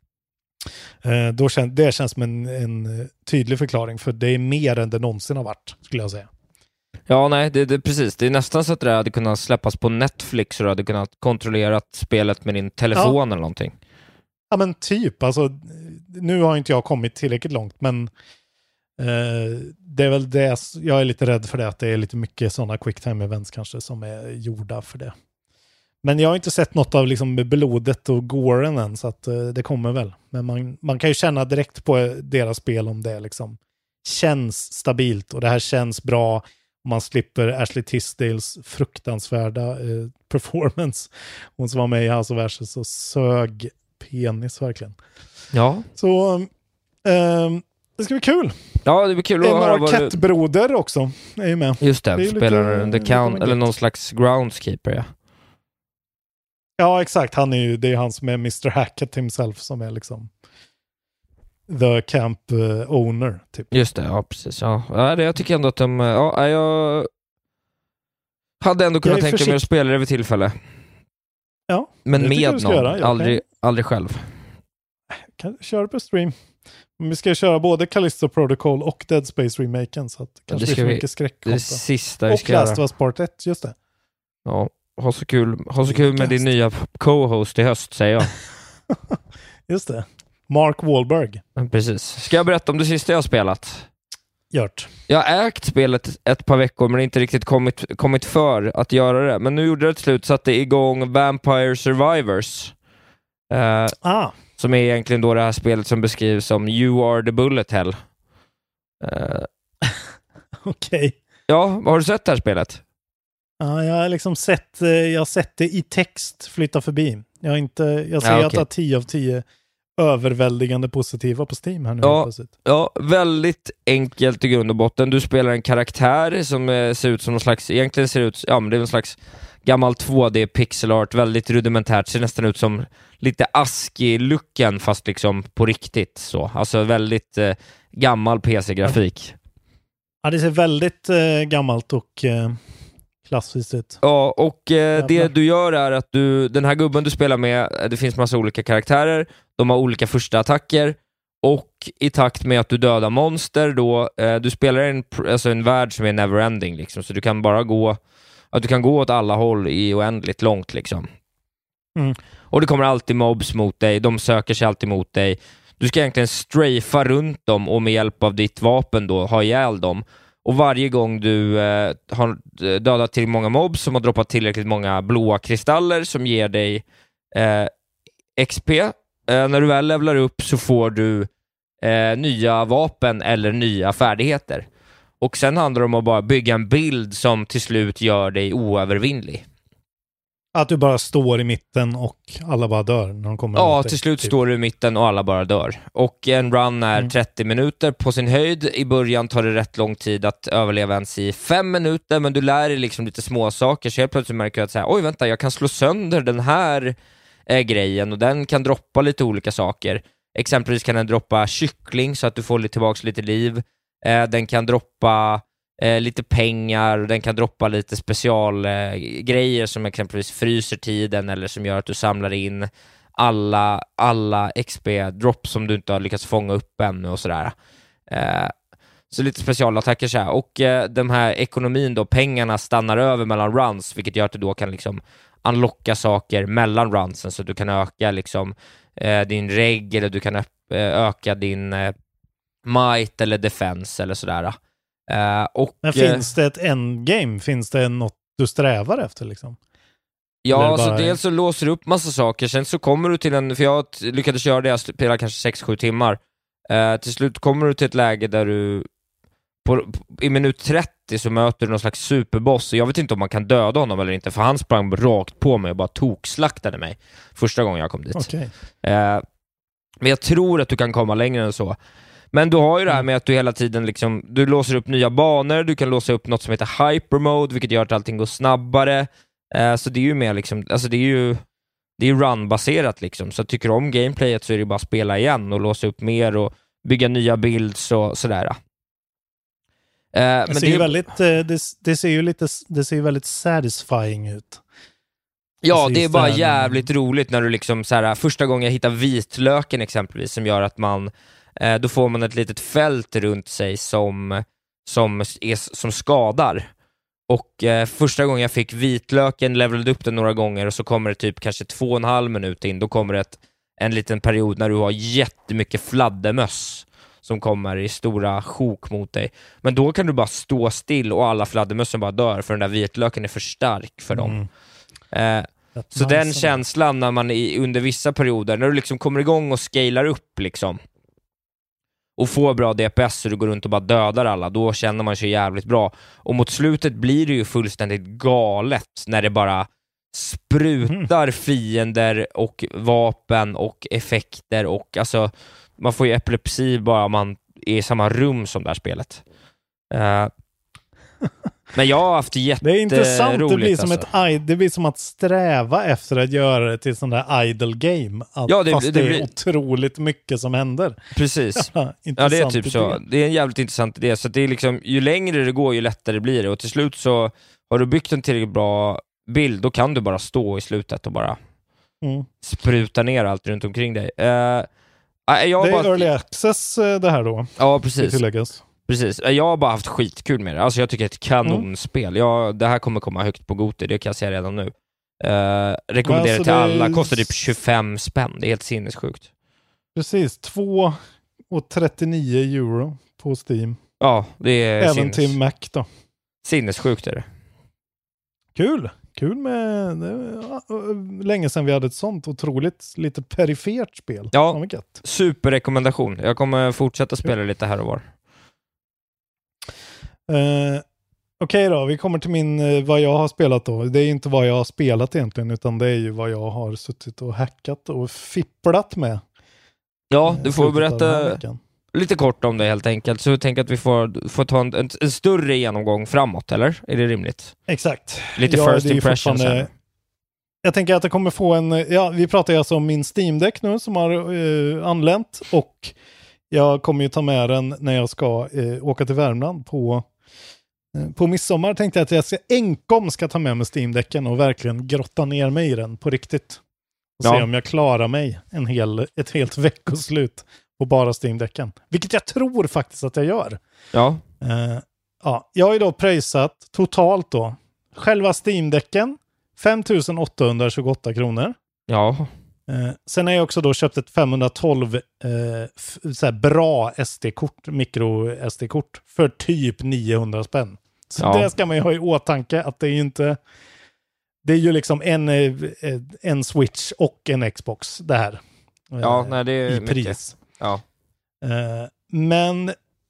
eh, då kän, det känns som en, en tydlig förklaring, för det är mer än det någonsin har varit, skulle jag säga. Ja, nej, det, det, precis. Det är nästan så att det hade kunnat släppas på Netflix och du hade kunnat kontrollera spelet med din telefon ja. eller någonting. Ja, men typ. Alltså, nu har inte jag kommit tillräckligt långt, men eh, det är väl det, jag är lite rädd för det, att det är lite mycket sådana quick time events kanske som är gjorda för det. Men jag har inte sett något av liksom blodet och goren än, så att eh, det kommer väl. Men man, man kan ju känna direkt på deras spel om det liksom känns stabilt och det här känns bra. Man slipper Ashley Tisdales fruktansvärda eh, performance. Hon som var med i House of Ashes så sög penis verkligen. Ja. Så um, det ska bli kul. Ja, det blir kul att en höra vad du... Arquette-broder också är ju med. Just det, det spelar lite, the count, eller någon slags groundskeeper, ja. Ja, exakt. Han är ju, det är ju han som är mister Hackett himself som är liksom the camp uh, owner, typ. Just det, ja precis. Ja. Ja, det, jag tycker ändå att de... Ja, jag hade ändå kunnat tänka mig att spela det vid tillfälle. Ja. Men med någon. Göra. Aldrig, kan... aldrig själv. Kan köra på stream. Men vi ska köra både Callisto Protocol och Dead Space-remaken, så att kanske det blir för mycket skräckkonto. Det sista vi och ska Last göra. of Us Part ett, just det. Ja, ha så kul, ha så kul med din nya co-host i höst, säger jag. Just det. Mark Wahlberg. Precis. Ska jag berätta om det sista jag har spelat? Gjort. Jag har ägt spelet ett par veckor men inte riktigt kommit, kommit för att göra det. Men nu gjorde det ett slut, satte igång Vampire Survivors. Eh, ah. Som är egentligen då det här spelet som beskrivs som You are the bullet hell. Eh, Okej. Okay. Ja, har du sett det här spelet? Ja, jag har liksom sett, jag har sett det i text flytta förbi. Jag har inte, jag ser ja, okay. att tio av tio överväldigande positiva på Steam här nu. Ja, ja, väldigt enkelt i grund och botten. Du spelar en karaktär som eh, ser ut som någon slags, egentligen ser ut, ja men det är en slags gammal två D pixel art, väldigt rudimentärt, ser nästan ut som lite ASCII-looken fast liksom på riktigt så. Alltså väldigt eh, gammal P C-grafik. Ja, det ser väldigt eh, gammalt och eh, klassiskt ut. Ja, och eh, det du gör är att du, den här gubben du spelar med, det finns massa olika karaktärer, de har olika första attacker, och i takt med att du dödar monster då, eh, du spelar en, alltså en värld som är neverending liksom, så du kan bara gå, att du kan gå åt alla håll i oändligt långt liksom. Mm. Och det kommer alltid mobs mot dig, de söker sig alltid mot dig. Du ska egentligen strafa runt dem och med hjälp av ditt vapen då ha ihjäl dem. Och varje gång du eh, har dödat till många mobs som har droppat tillräckligt många blåa kristaller som ger dig eh, X P, eh, när du väl levlar upp så får du eh, nya vapen eller nya färdigheter. Och sen handlar det om att bara bygga en bild som till slut gör dig oövervinnlig. Att du bara står i mitten och alla bara dör när de kommer. Ja, till slut typ. Står du i mitten och alla bara dör. Och en run är mm. trettio minuter på sin höjd. I början tar det rätt lång tid att överleva ens i fem minuter, men du lär dig liksom lite små saker. Så helt plötsligt märker du att säga, oj vänta, jag kan slå sönder den här eh, grejen och den kan droppa lite olika saker. Exempelvis kan den droppa kyckling så att du får lite tillbaka lite liv. Eh, den kan droppa Eh, lite pengar, den kan droppa lite specialgrejer eh, som exempelvis fryser tiden eller som gör att du samlar in alla, alla X P-dropp som du inte har lyckats fånga upp ännu och sådär. Eh, så lite specialattacker så här. Och eh, den här ekonomin då, pengarna stannar över mellan runs, vilket gör att du då kan liksom unlocka saker mellan runsen så att du kan öka liksom eh, din reg eller du kan öp- öka din eh, might eller defense eller sådär. Uh, och, Men finns det ett endgame? Finns det något du strävar efter liksom? Ja, bara... så dels så låser du upp massa saker. Sen så kommer du till en, för jag lyckades köra det, jag spelade kanske sex sju timmar. Uh, till slut kommer du till ett läge där du på, på, i minut trettio så möter du någon slags superboss. Och jag vet inte om man kan döda honom eller inte, för han sprang rakt på mig och bara tokslaktade mig första gången jag kom dit. Okay. Uh, men jag tror att du kan komma längre än så. Men du har ju det här med att du hela tiden liksom, du låser upp nya banor, du kan låsa upp något som heter hypermode, vilket gör att allting går snabbare. Eh, så det är ju mer liksom, alltså det är ju det är ju run-baserat liksom. Så tycker du om gameplayet så är det bara att spela igen och låsa upp mer och bygga nya builds och sådär. Eh, det, men ser det, är, väldigt, det, det ser ju lite, det ser ju väldigt satisfying ut. Ja, det är bara jävligt roligt när du liksom så här, första gången jag hittar vitlöken exempelvis som gör att man eh, då får man ett litet fält runt sig som som är som skadar. Och eh, första gången jag fick vitlöken, levelade upp den några gånger och så kommer det typ kanske två och en halv minut in, då kommer det ett, en liten period när du har jättemycket fladdermöss som kommer i stora sjok mot dig. Men då kan du bara stå still och alla fladdermössen bara dör för den där vitlöken är för stark för dem. Mm. Eh, så nice. Den känslan när man i, under vissa perioder, när du liksom kommer igång och scalar upp liksom och får bra D P S så du går runt och bara dödar alla, då känner man sig jävligt bra. Och mot slutet blir det ju fullständigt galet när det bara sprutar mm. fiender och vapen och effekter och alltså man får ju epilepsi bara om man är i samma rum som det här spelet. Uh, men jag har haft jätteroligt. Det är intressant, det blir, som alltså. ett, det blir som att sträva efter att göra det till sån där idle game. Att, ja, det, fast det, det är blir... otroligt mycket som händer. Precis. Ja, ja, det är typ så. Det är en jävligt intressant idé. Så det är liksom, ju längre det går, ju lättare blir det. Och till slut så har du byggt en tillräckligt bra bild, då kan du bara stå i slutet och bara mm. spruta ner allt runt omkring dig. Uh, jag det är bara... early access det här då. Ja, precis. Tilläggas. Precis, jag har bara haft skitkul med det. Alltså jag tycker det är ett kanonspel. Mm. Jag, det här kommer komma högt på Goti, det kan jag säga redan nu. Uh, rekommenderar alltså till det... alla, kostar typ tjugofem spänn. Det är helt sinnessjukt. Precis, två och trettionio euro på Steam. Ja, det är även sinnes... till Mac då. Sinnessjukt är det. Kul, kul med det, länge sedan vi hade ett sånt otroligt lite perifert spel. Ja, superrekommendation. Jag kommer fortsätta spela lite här och var. Uh, Okej okay då, vi kommer till min uh, vad jag har spelat då. Det är inte vad jag har spelat egentligen, utan det är ju vad jag har suttit och hackat och fipplat med. Ja, du får berätta lite kort om det helt enkelt. Så jag tänker att vi får, får ta en, en, en större genomgång framåt, eller? Är det rimligt? Exakt. Lite ja, first impressions här. Jag tänker att jag kommer få en... Ja, vi pratar ju alltså om min Steam Deck nu som har uh, anlänt, och jag kommer ju ta med den när jag ska uh, åka till Värmland på På midsommar. Tänkte jag att jag ska, enkom ska ta med mig Steam-däcken och verkligen grotta ner mig i den på riktigt. Och ja. se om jag klarar mig en hel, ett helt veckoslut på bara Steam-däcken. Vilket jag tror faktiskt att jag gör. Ja. Uh, ja. Jag har ju då pröjsat totalt då själva Steam-däcken fem tusen åttahundratjugoåtta kronor. Ja. Eh, sen har jag också då köpt ett femhundratolv eh, f- så här bra S D-kort, micro-S D-kort för typ niohundra spänn. Så Ja. det ska man ju ha i åtanke att det är ju inte... Det är ju liksom en, eh, en Switch och en Xbox det här. Eh, Ja, nej, det är i mycket. pris. Ja. Eh, men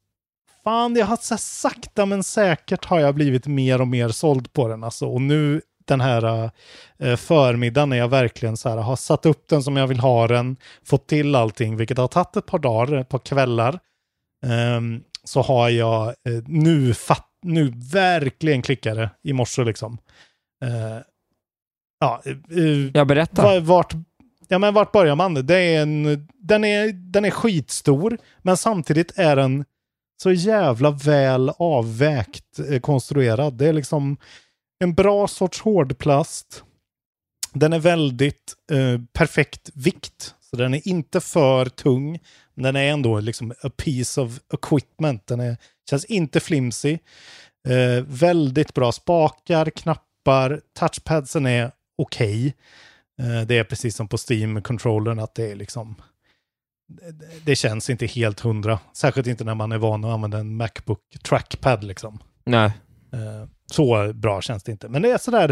fan, jag har så här sakta men säkert har jag blivit mer och mer såld på den. Alltså. Och nu den här uh, förmiddagen när jag verkligen så här, har satt upp den som jag vill ha den, fått till allting, vilket har tagit ett par dagar, ett par kvällar. Um, så har jag uh, nu, fatt, nu verkligen klickade i morse liksom. Uh, ja, uh, jag berättar. Vart, ja, men vart börjar man? Det är en, den, är, den är skitstor, men samtidigt är den så jävla väl avvägt eh, konstruerad. Det är liksom en bra sorts hårdplast. Den är väldigt eh, perfekt vikt. Så den är inte för tung. Men den är ändå liksom a piece of equipment. Den är, känns inte flimsy. Eh, väldigt bra spakar, knappar. Touchpadsen är okej. Okay. Eh, det är precis som på Steam-controllern att det är liksom... Det, det känns inte helt hundra. Särskilt inte när man är van att använda en MacBook trackpad liksom. Nej. Eh, så bra känns det inte. Men det är sådär...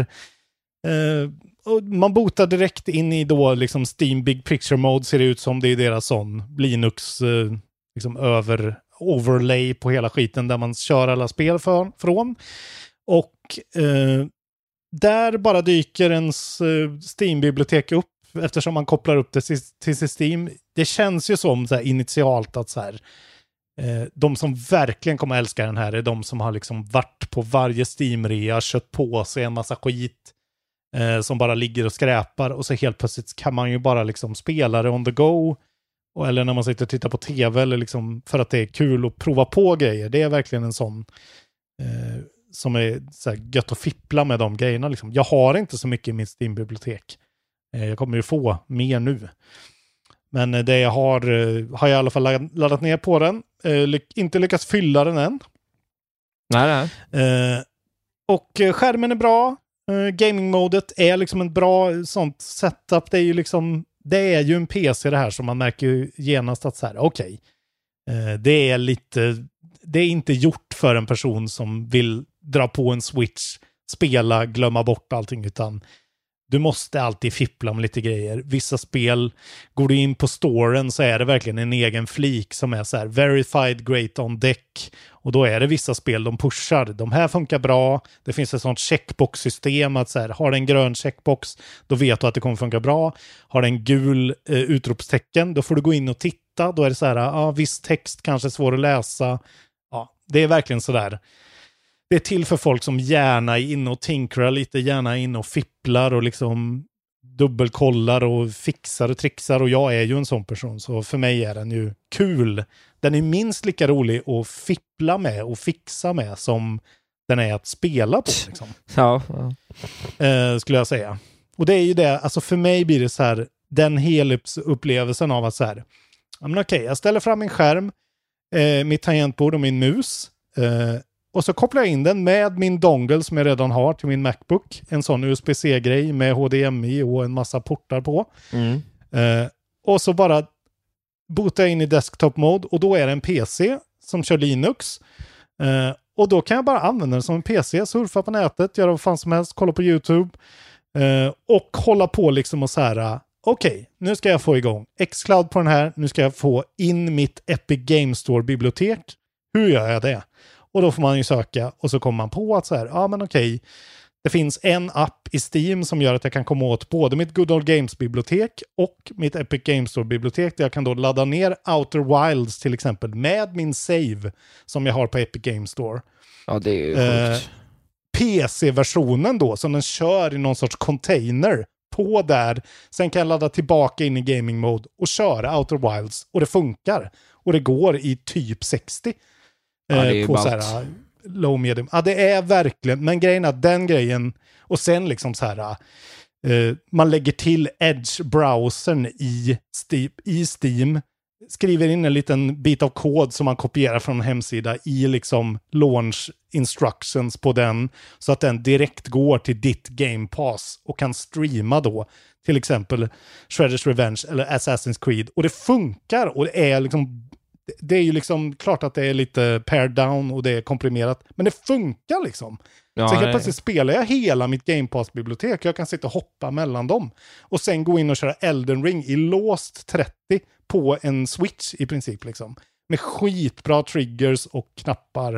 Eh, och man botar direkt in i då liksom Steam Big Picture Mode, ser det ut som det är deras sån Linux eh, liksom över overlay på hela skiten där man kör alla spel för, från. Och eh, där bara dyker ens eh, Steam-bibliotek upp eftersom man kopplar upp det till, till sitt Steam. Det känns ju som så här initialt att så här, eh, de som verkligen kommer älska den här är de som har liksom varit på varje Steam-rea, kött på sig en massa skit eh, som bara ligger och skräpar, och så helt plötsligt kan man ju bara liksom spela det on the go, och, eller när man sitter och tittar på tv, eller liksom för att det är kul att prova på grejer. Det är verkligen en sån eh, som är så här gött att fippla med de grejerna liksom. Jag har inte så mycket i mitt Steam-bibliotek. Jag kommer ju få mer nu. Men det jag har har jag i alla fall laddat ner på den. Ly- inte lyckats fylla den än. Nej, nej. Eh, och skärmen är bra. Eh, gaming-modet är liksom en bra sånt setup. Det är ju liksom, det är ju en P C det här, som man märker ju genast att så här, okej. Okay, eh, det är lite, det är inte gjort för en person som vill dra på en Switch, spela, glömma bort allting, utan du måste alltid fippla med lite grejer. Vissa spel, går du in på storen så är det verkligen en egen flik som är så här verified great on deck. Och då är det vissa spel de pushar. De här funkar bra. Det finns ett sånt checkbox-system att så här, har du en grön checkbox, då vet du att det kommer funka bra. Har du en gul eh, utropstecken, då får du gå in och titta. Då är det så här, ja, viss text kanske är svår att läsa. Ja, det är verkligen så där. Det är till för folk som gärna är inne och tinkrar lite, gärna är inne och fipplar och liksom dubbelkollar och fixar och trixar, och jag är ju en sån person, så för mig är den ju kul. Den är minst lika rolig att fippla med och fixa med som den är att spela på liksom. Ja, ja. Eh, skulle jag säga. Och det är ju det, alltså för mig blir det så här, den helhetsupplevelsen av att så här, ja men okej, jag ställer fram min skärm, eh, mitt tangentbord och min mus, eh, och så kopplar jag in den med min dongle som jag redan har till min MacBook. En sån U S B C-grej med H D M I och en massa portar på. Mm. Eh, och så bara bootar jag in i desktop-mode, och då är det en P C som kör Linux. Eh, och då kan jag bara använda den som en P C, surfa på nätet, göra vad fan som helst, kolla på YouTube. Eh, och hålla på liksom och så här, okej, okay, nu ska jag få igång xCloud på den här. Nu ska jag få in mitt Epic Games Store-bibliotek. Hur gör jag det? Och då får man ju söka, och så kommer man på att så här, ja men okej, det finns en app i Steam som gör att jag kan komma åt både mitt Good Old Games-bibliotek och mitt Epic Games Store-bibliotek, där jag kan då ladda ner Outer Wilds till exempel med min save som jag har på Epic Games Store. Ja, det är ju sjukt. Eh, P C-versionen då, som den kör i någon sorts container på där. Sen kan jag ladda tillbaka in i gaming mode och köra Outer Wilds, och det funkar. Och det går i typ sextio. Ja, det är på ballt. så här low medium. Ja, det är verkligen, men grejen är att den grejen, och sen liksom så här uh, man lägger till Edge-browsern i Steam, i Steam skriver in en liten bit av kod som man kopierar från en hemsida i liksom launch instructions på den, så att den direkt går till ditt Game Pass och kan streama då till exempel Shredder's Revenge eller Assassin's Creed, och det funkar, och det är liksom det är ju liksom klart att det är lite pared down och det är komprimerat, men det funkar liksom. Ja, så helt plötsligt spelar jag hela mitt Game Pass-bibliotek. Jag kan sitta och hoppa mellan dem. Och sen gå in och köra Elden Ring i låst trettio på en Switch i princip. Liksom. Med skitbra triggers och knappar.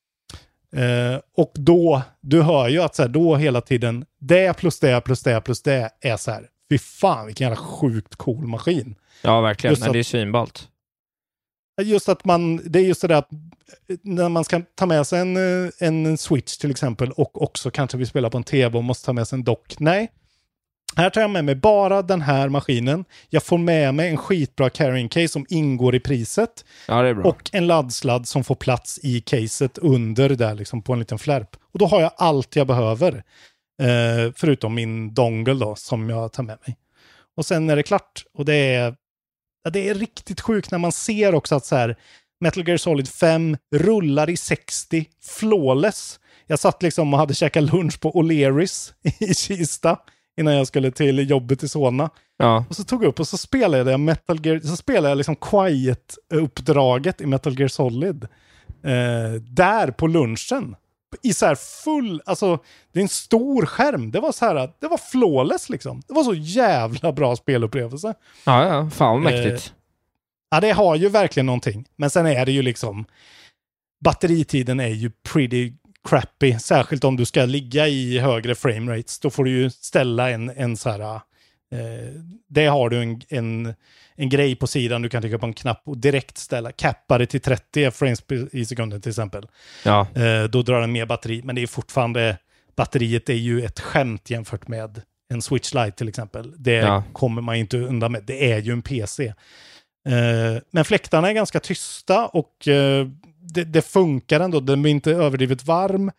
Eh, och då, du hör ju att så här, då hela tiden, det plus det plus det plus det är så här, fy fan vilken jävla sjukt cool maskin. Ja, verkligen. Just Nej, att, det är svinballt. Just att man, det är just det där att när man ska ta med sig en, en Switch till exempel och också kanske vill spela på en tv och måste ta med sig en dock. Nej, här tar jag med mig bara den här maskinen. Jag får med mig en skitbra carrying case som ingår i priset. Ja, det är bra. Och en laddsladd som får plats i caset under där liksom på en liten flärp. Och då har jag allt jag behöver. Eh, förutom min dongle då som jag tar med mig. Och sen är det klart. Och det är, ja, det är riktigt sjukt när man ser också att så här Metal Gear Solid fem rullar i sextio flawless. Jag satt liksom och hade käkat lunch på O'Learys i Kista innan jag skulle till jobbet i Solna. Ja. Och så tog jag upp och så spelade jag Metal Gear, så spelade jag liksom Quiet-uppdraget i Metal Gear Solid. Eh, där på lunchen. I så här full, alltså det är en stor skärm. Det var så här, det var flawless liksom. Det var så jävla bra spelupplevelse. Ja, ja, fan vad mäktigt. Eh, ja, det har ju verkligen någonting. Men sen är det ju liksom, batteritiden är ju pretty crappy. Särskilt om du ska ligga i högre frame rates. Då får du ju ställa en, en så här, eh, det har du en, en, en grej på sidan. Du kan trycka på en knapp och direkt ställa, cappa det till trettio frames i sekunden till exempel. Ja. Eh, då drar den mer batteri. Men det är fortfarande, batteriet är ju ett skämt jämfört med en Switch Lite till exempel. Det ja. kommer man inte undan med. Det är ju en P C. Uh, men fläktarna är ganska tysta och uh, det, det funkar ändå. Den är inte överdrivet varm.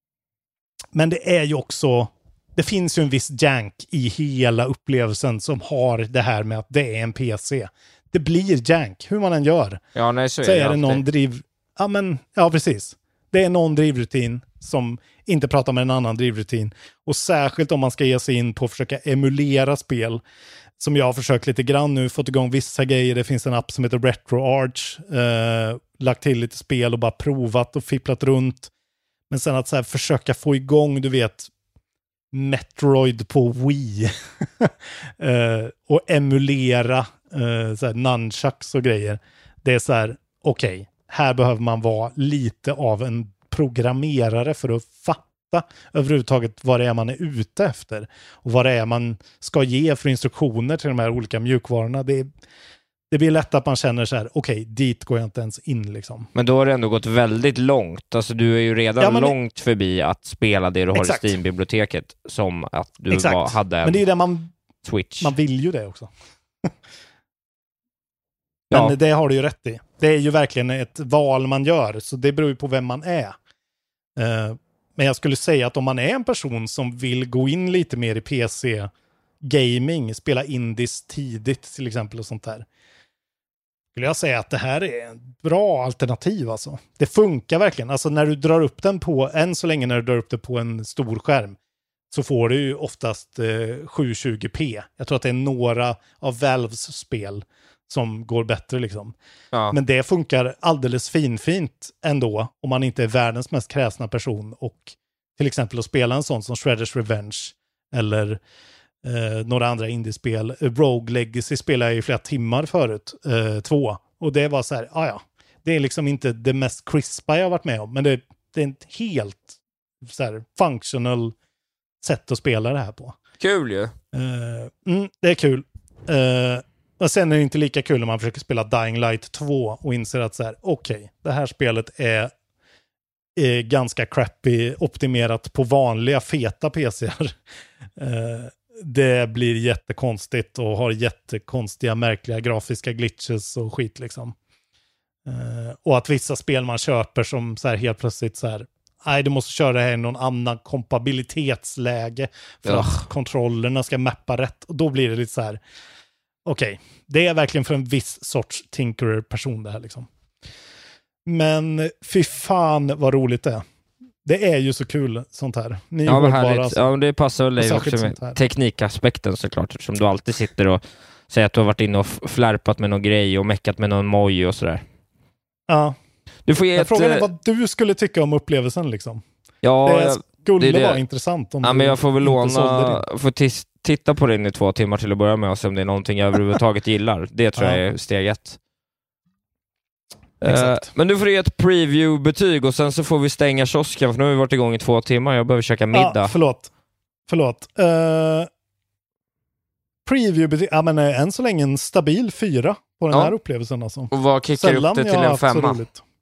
Men det är ju också, det finns ju en viss jank i hela upplevelsen som har det här med att det är en P C. Det blir jank, hur man än gör. Ja, nej, så är, så det är det alltid. någon driv... Ja, men, ja, precis. Det är någon drivrutin som inte pratar med en annan drivrutin. Och särskilt om man ska ge sig in på att försöka emulera spel, som jag har försökt lite grann nu, fått igång vissa grejer. Det finns en app som heter RetroArch. Eh, lagt till lite spel och bara provat och fipplat runt. Men sen att så här, försöka få igång, du vet, Metroid på Wii. eh, och emulera eh, så här, nunchucks och grejer. Det är så här, okej, okay, här behöver man vara lite av en programmerare för att fatta överhuvudtaget vad det är man är ute efter och vad det är man ska ge för instruktioner till de här olika mjukvarorna. Det, är, det blir lätt att man känner så här, okej, okay, dit går jag inte ens in liksom. Men då har det ändå gått väldigt långt. Alltså du är ju redan ja, långt det... förbi att spela det du har Exakt. i Steam-biblioteket som att du var, hade en men det är det man, Switch. Man vill ju det också. Men ja. det har du ju rätt i. Det är ju verkligen ett val man gör, så det beror ju på vem man är. Uh, men jag skulle säga att om man är en person som vill gå in lite mer i P C-gaming, spela indies tidigt till exempel och sånt där, skulle jag säga att det här är en bra alternativ alltså. Det funkar verkligen. Alltså när du drar upp den på, än så länge när du drar upp det på en stor skärm, så får du ju oftast eh, sjuhundratjugo p. Jag tror att det är några av Valves spel som går bättre liksom. Ja. Men det funkar alldeles finfint ändå om man inte är världens mest kräsna person och till exempel att spela en sån som Shredder's Revenge eller eh, några andra indiespel. Rogue Legacy spelade jag i flera timmar förut, eh, två. Och det var så här, ah ja, det är liksom inte det mest crispa jag har varit med om, men det, det är ett helt så här functional sätt att spela det här på. Kul ju. Uh, mm, det är kul. Uh, och sen är det inte lika kul när man försöker spela Dying Light två och inser att så här, okej, okay, det här spelet är, är ganska crappy, optimerat på vanliga feta P C:ar. Uh, det blir jättekonstigt och har jättekonstiga, märkliga grafiska glitches och skit liksom. Uh, och att vissa spel man köper som så här helt plötsligt så här, nej, du måste köra det här i någon annan kompabilitetsläge för ja. att kontrollerna ska mappa rätt. Och då blir det lite så här, okej, okay. Det är verkligen för en viss sorts tinkerer-person det här liksom. Men fy fan vad roligt det är. Det är ju så kul sånt här. Ni ja, vad härligt. Alltså. Ja, det passar väl dig också med teknikaspekten såklart. Som du alltid sitter och säger att du har varit inne och flärpat med någon grej och meckat med någon moj och sådär. Ja. Du får ge ett... Frågan är vad du skulle tycka om upplevelsen liksom. Ja, det skulle det, det. vara intressant om ja, du men jag får väl låna, din. får tis, titta på den i två timmar till att börja med och se om det är någonting jag överhuvudtaget gillar. Det tror ja. jag är steg ett. Uh, men du får ge ett preview-betyg och sen så får vi stänga kiosken för nu har vi varit igång i två timmar. Jag behöver käka middag. Ja, förlåt. Förlåt. Uh, preview-betyg, ja men än så länge en stabil fyra på den ja. här upplevelsen alltså. Och vad kickar Sällan upp det till en femma?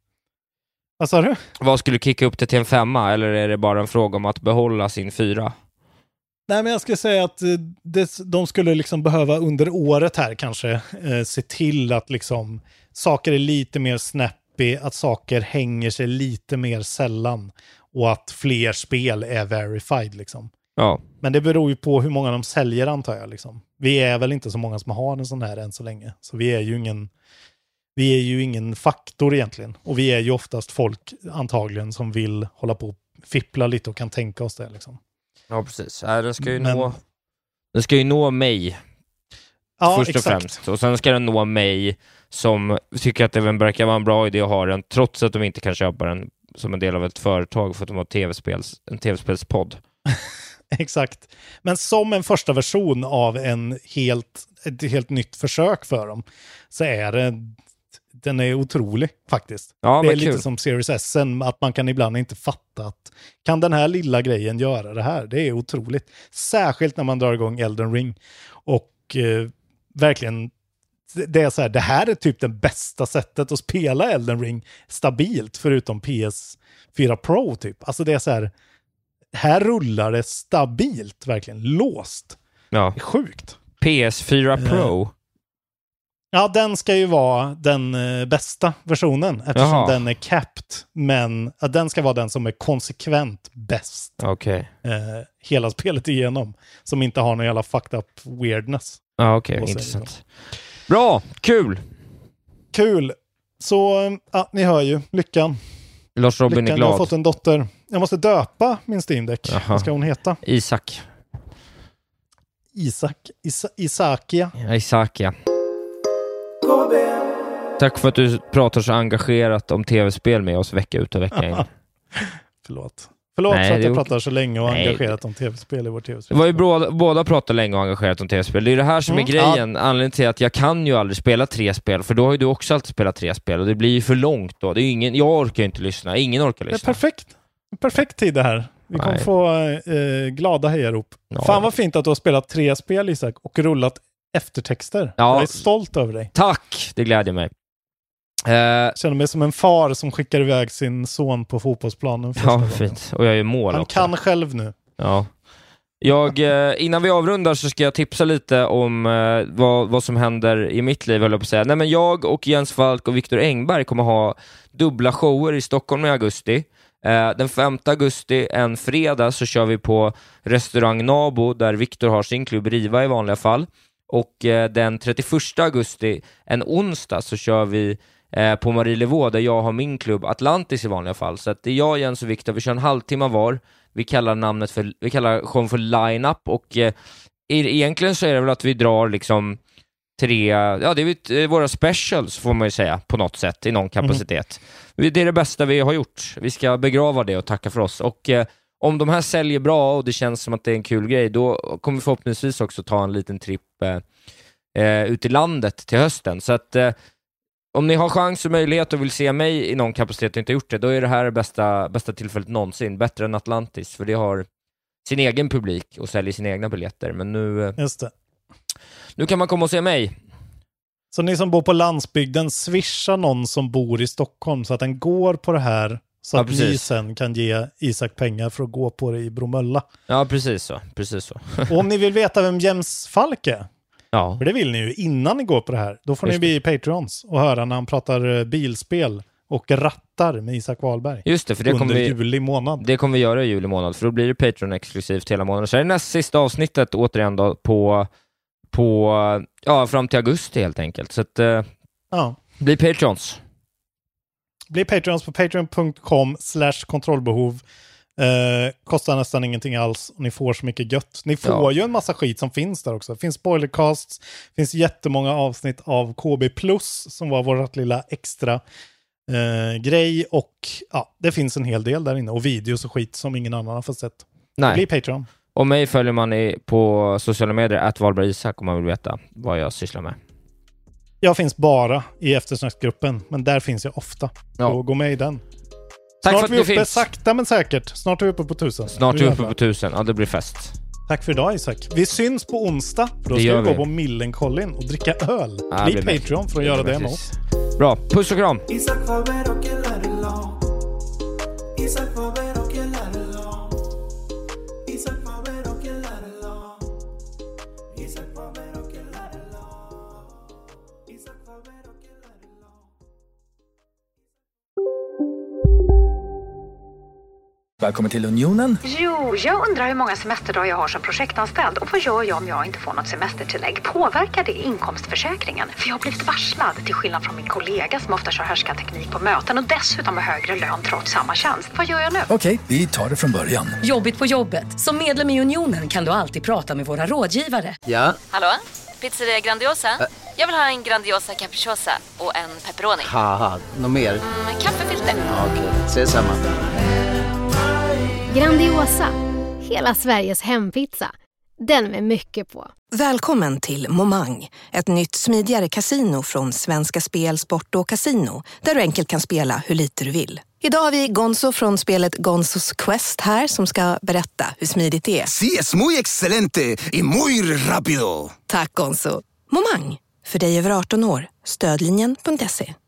Vad sa du? Vad skulle kicka upp det till en femma eller är det bara en fråga om att behålla sin fyra? Nej, men jag skulle säga att det, de skulle liksom behöva under året här kanske eh, se till att liksom saker är lite mer snappy, att saker hänger sig lite mer sällan och att fler spel är verified liksom. Ja. Men det beror ju på hur många de säljer antar jag liksom. Vi är väl inte så många som har en sån här än så länge. Så vi är ju ingen vi är ju ingen faktor egentligen. Och vi är ju oftast folk antagligen som vill hålla på och fippla lite och kan tänka oss det liksom. Ja, precis. Ja, den ska ju Men... nå den ska ju nå mig. Ja, först och exakt. främst. Och sen ska den nå mig som tycker att det verkar vara en bra idé att ha den trots att de inte kan köpa den som en del av ett företag för att de har tv-spels, en tv-spelspodd. Exakt. Men som en första version av en helt, ett helt nytt försök för dem så är det den är otrolig faktiskt. Ja, det är kul. lite som Series S, att man kan ibland inte fatta att kan den här lilla grejen göra det här? Det är otroligt. Särskilt när man drar igång Elden Ring och eh, verkligen det är så här, det här är typ det bästa sättet att spela Elden Ring stabilt förutom P S fyra Pro typ. Alltså det är så här, här rullar det stabilt, verkligen låst. Ja. Det är sjukt. P S fyra Pro? Uh, ja, den ska ju vara den uh, bästa versionen eftersom Jaha. den är capped. Men uh, den ska vara den som är konsekvent bäst. Okej. Okay. Uh, hela spelet igenom. Som inte har någon jävla fucked up weirdness. Ja, okej. Okay. Intressant. Bra, kul! Kul. Så, ja, ni hör ju. Lyckan. Lars Robin Lyckan. är glad. Jag har fått en dotter. Jag måste döpa min Steam Deck. Jaha. Vad ska hon heta? Isak. Isak. Isa- Isakia. Ja, Isakia. Tack för att du pratar så engagerat om tv-spel med oss vecka ut och vecka in. Förlåt. Förlåt Nej, för att jag det... pratar så länge och Nej. engagerat om tv-spel i vårt tv-spel. Det var ju båda, båda pratar länge och engagerat om tv-spel. Det är det här som Mm, är grejen. Ja. Anledningen till att jag kan ju aldrig spela tre spel. För då har ju du också alltid spelat tre spel. Och det blir ju för långt då. Det är ju ingen, jag orkar ju inte lyssna. Ingen orkar lyssna. Det är perfekt. Perfekt tid det här. Vi kommer Nej. få eh, glada hejarop. Ja. Fan vad fint att du har spelat tre spel, Isak. Och rullat eftertexter. Ja. Jag är stolt över dig. Tack! Det glädjer mig. Uh, känner mig som en far som skickar iväg sin son på fotbollsplanen. Ja, fint. Och jag är mål Han också. kan själv nu. Ja. Jag, eh, innan vi avrundar så ska jag tipsa lite om eh, vad, vad som händer i mitt liv, höll jag på att säga. Nej, men jag och Jens Falk och Viktor Engberg kommer ha dubbla shower i Stockholm i augusti. Eh, den femte augusti, en fredag, så kör vi på restaurang Nabo där Viktor har sin klubb Riva i vanliga fall. Och eh, den trettioförsta augusti, en onsdag, så kör vi eh, på Marielevå där jag har min klubb Atlantis i vanliga fall. Så att det är jag, Jens och Viktor, vi kör en halvtimme var. Vi kallar namnet för, vi kallar showen för Line-Up och eh, egentligen så är det väl att vi drar liksom tre, ja det är ju våra specials får man ju säga på något sätt i någon kapacitet. Mm. Det är det bästa vi har gjort. Vi ska begrava det och tacka för oss. Och eh, om de här säljer bra och det känns som att det är en kul grej, då kommer vi förhoppningsvis också ta en liten tripp eh, eh, ut i landet till hösten. Så att eh, om ni har chans och möjlighet och vill se mig i någon kapacitet och inte gjort det, då är det här bästa, bästa tillfället någonsin. Bättre än Atlantis, för det har sin egen publik och säljer sina egna biljetter. Men nu, Just det. nu kan man komma och se mig. Så ni som bor på landsbygden, swisha någon som bor i Stockholm så att den går på det här. Så Ja, att precis. ni sen kan ge Isak pengar för att gå på det i Bromölla. Ja, precis så. Precis så. Och om ni vill veta vem Jens Falk är, ja. för det vill ni ju innan ni går på det här, då får Just ni bli Patreons och höra när han pratar bilspel och rattar med Isak Wahlberg. Just det, för det under kommer vi, juli månad. Det kommer vi göra i juli månad, för då blir det Patreon exklusivt hela månaden. Så är det näst sista avsnittet återigen då på på, ja, fram till augusti helt enkelt. Så att, eh, ja. bli Patrons. Bli Patrons på patreon punkt com slash kontrollbehov. Eh, kostar nästan ingenting alls och ni får så mycket gött. Ni får ja. ju en massa skit som finns där också. Det finns spoilercasts, finns jättemånga avsnitt av K B plus som var vårt lilla extra eh, grej och ja, det finns en hel del där inne och videos och skit som ingen annan har fått sett. Nej. Bli Patreon. Och mig följer man i, på sociala medier at Valberg Isak om man vill veta vad jag sysslar med. Jag finns bara i eftersnacksgruppen, men där finns jag ofta. Ja. Så gå med i den. Tack Snart för att är vi du uppe, finns. sakta men säkert. Snart är vi uppe på tusen. Snart är vi uppe på tusen, ja det blir fest. Tack för idag Isak. Vi syns på onsdag. För då det ska vi gå vi. på Millencolin och dricka öl. Ja, bli Patreon för att göra det med oss. Bra, puss och kram. Isak Faber och Ella. Isak Faber och Ella. Isak Faber och Ella. Isak Faber och Ella. Isak Faber och Ella. Välkommen till Unionen. Jo, jag undrar hur många semesterdagar jag har som projektanställd och vad gör jag om jag inte får något semestertillägg? Påverkar det inkomstförsäkringen? För jag har blivit varslad, till skillnad från min kollega som ofta kör härskarteknik på möten och dessutom har högre lön trots samma tjänst. Vad gör jag nu? Okej, vi tar det från början. Jobbigt på jobbet. Som medlem i Unionen kan du alltid prata med våra rådgivare. Ja? Hallå? Pizzeria Grandiosa? Ä jag vill ha en Grandiosa capriciosa och en pepperoni. Haha, något mer? Mm, kaffefilter. Ja, okej, ses samma. Grandiosa, hela Sveriges hempizza. Den med mycket på. Välkommen till Momang, ett nytt smidigare kasino från Svenska Spel, Sport och Casino, där du enkelt kan spela hur lite du vill. Idag har vi Gonzo från spelet Gonzos Quest här som ska berätta hur smidigt det är. Sí, es muy excelente y muy rápido. Tack Gonzo. Momang, för dig över arton år. Stödlinjen punkt se.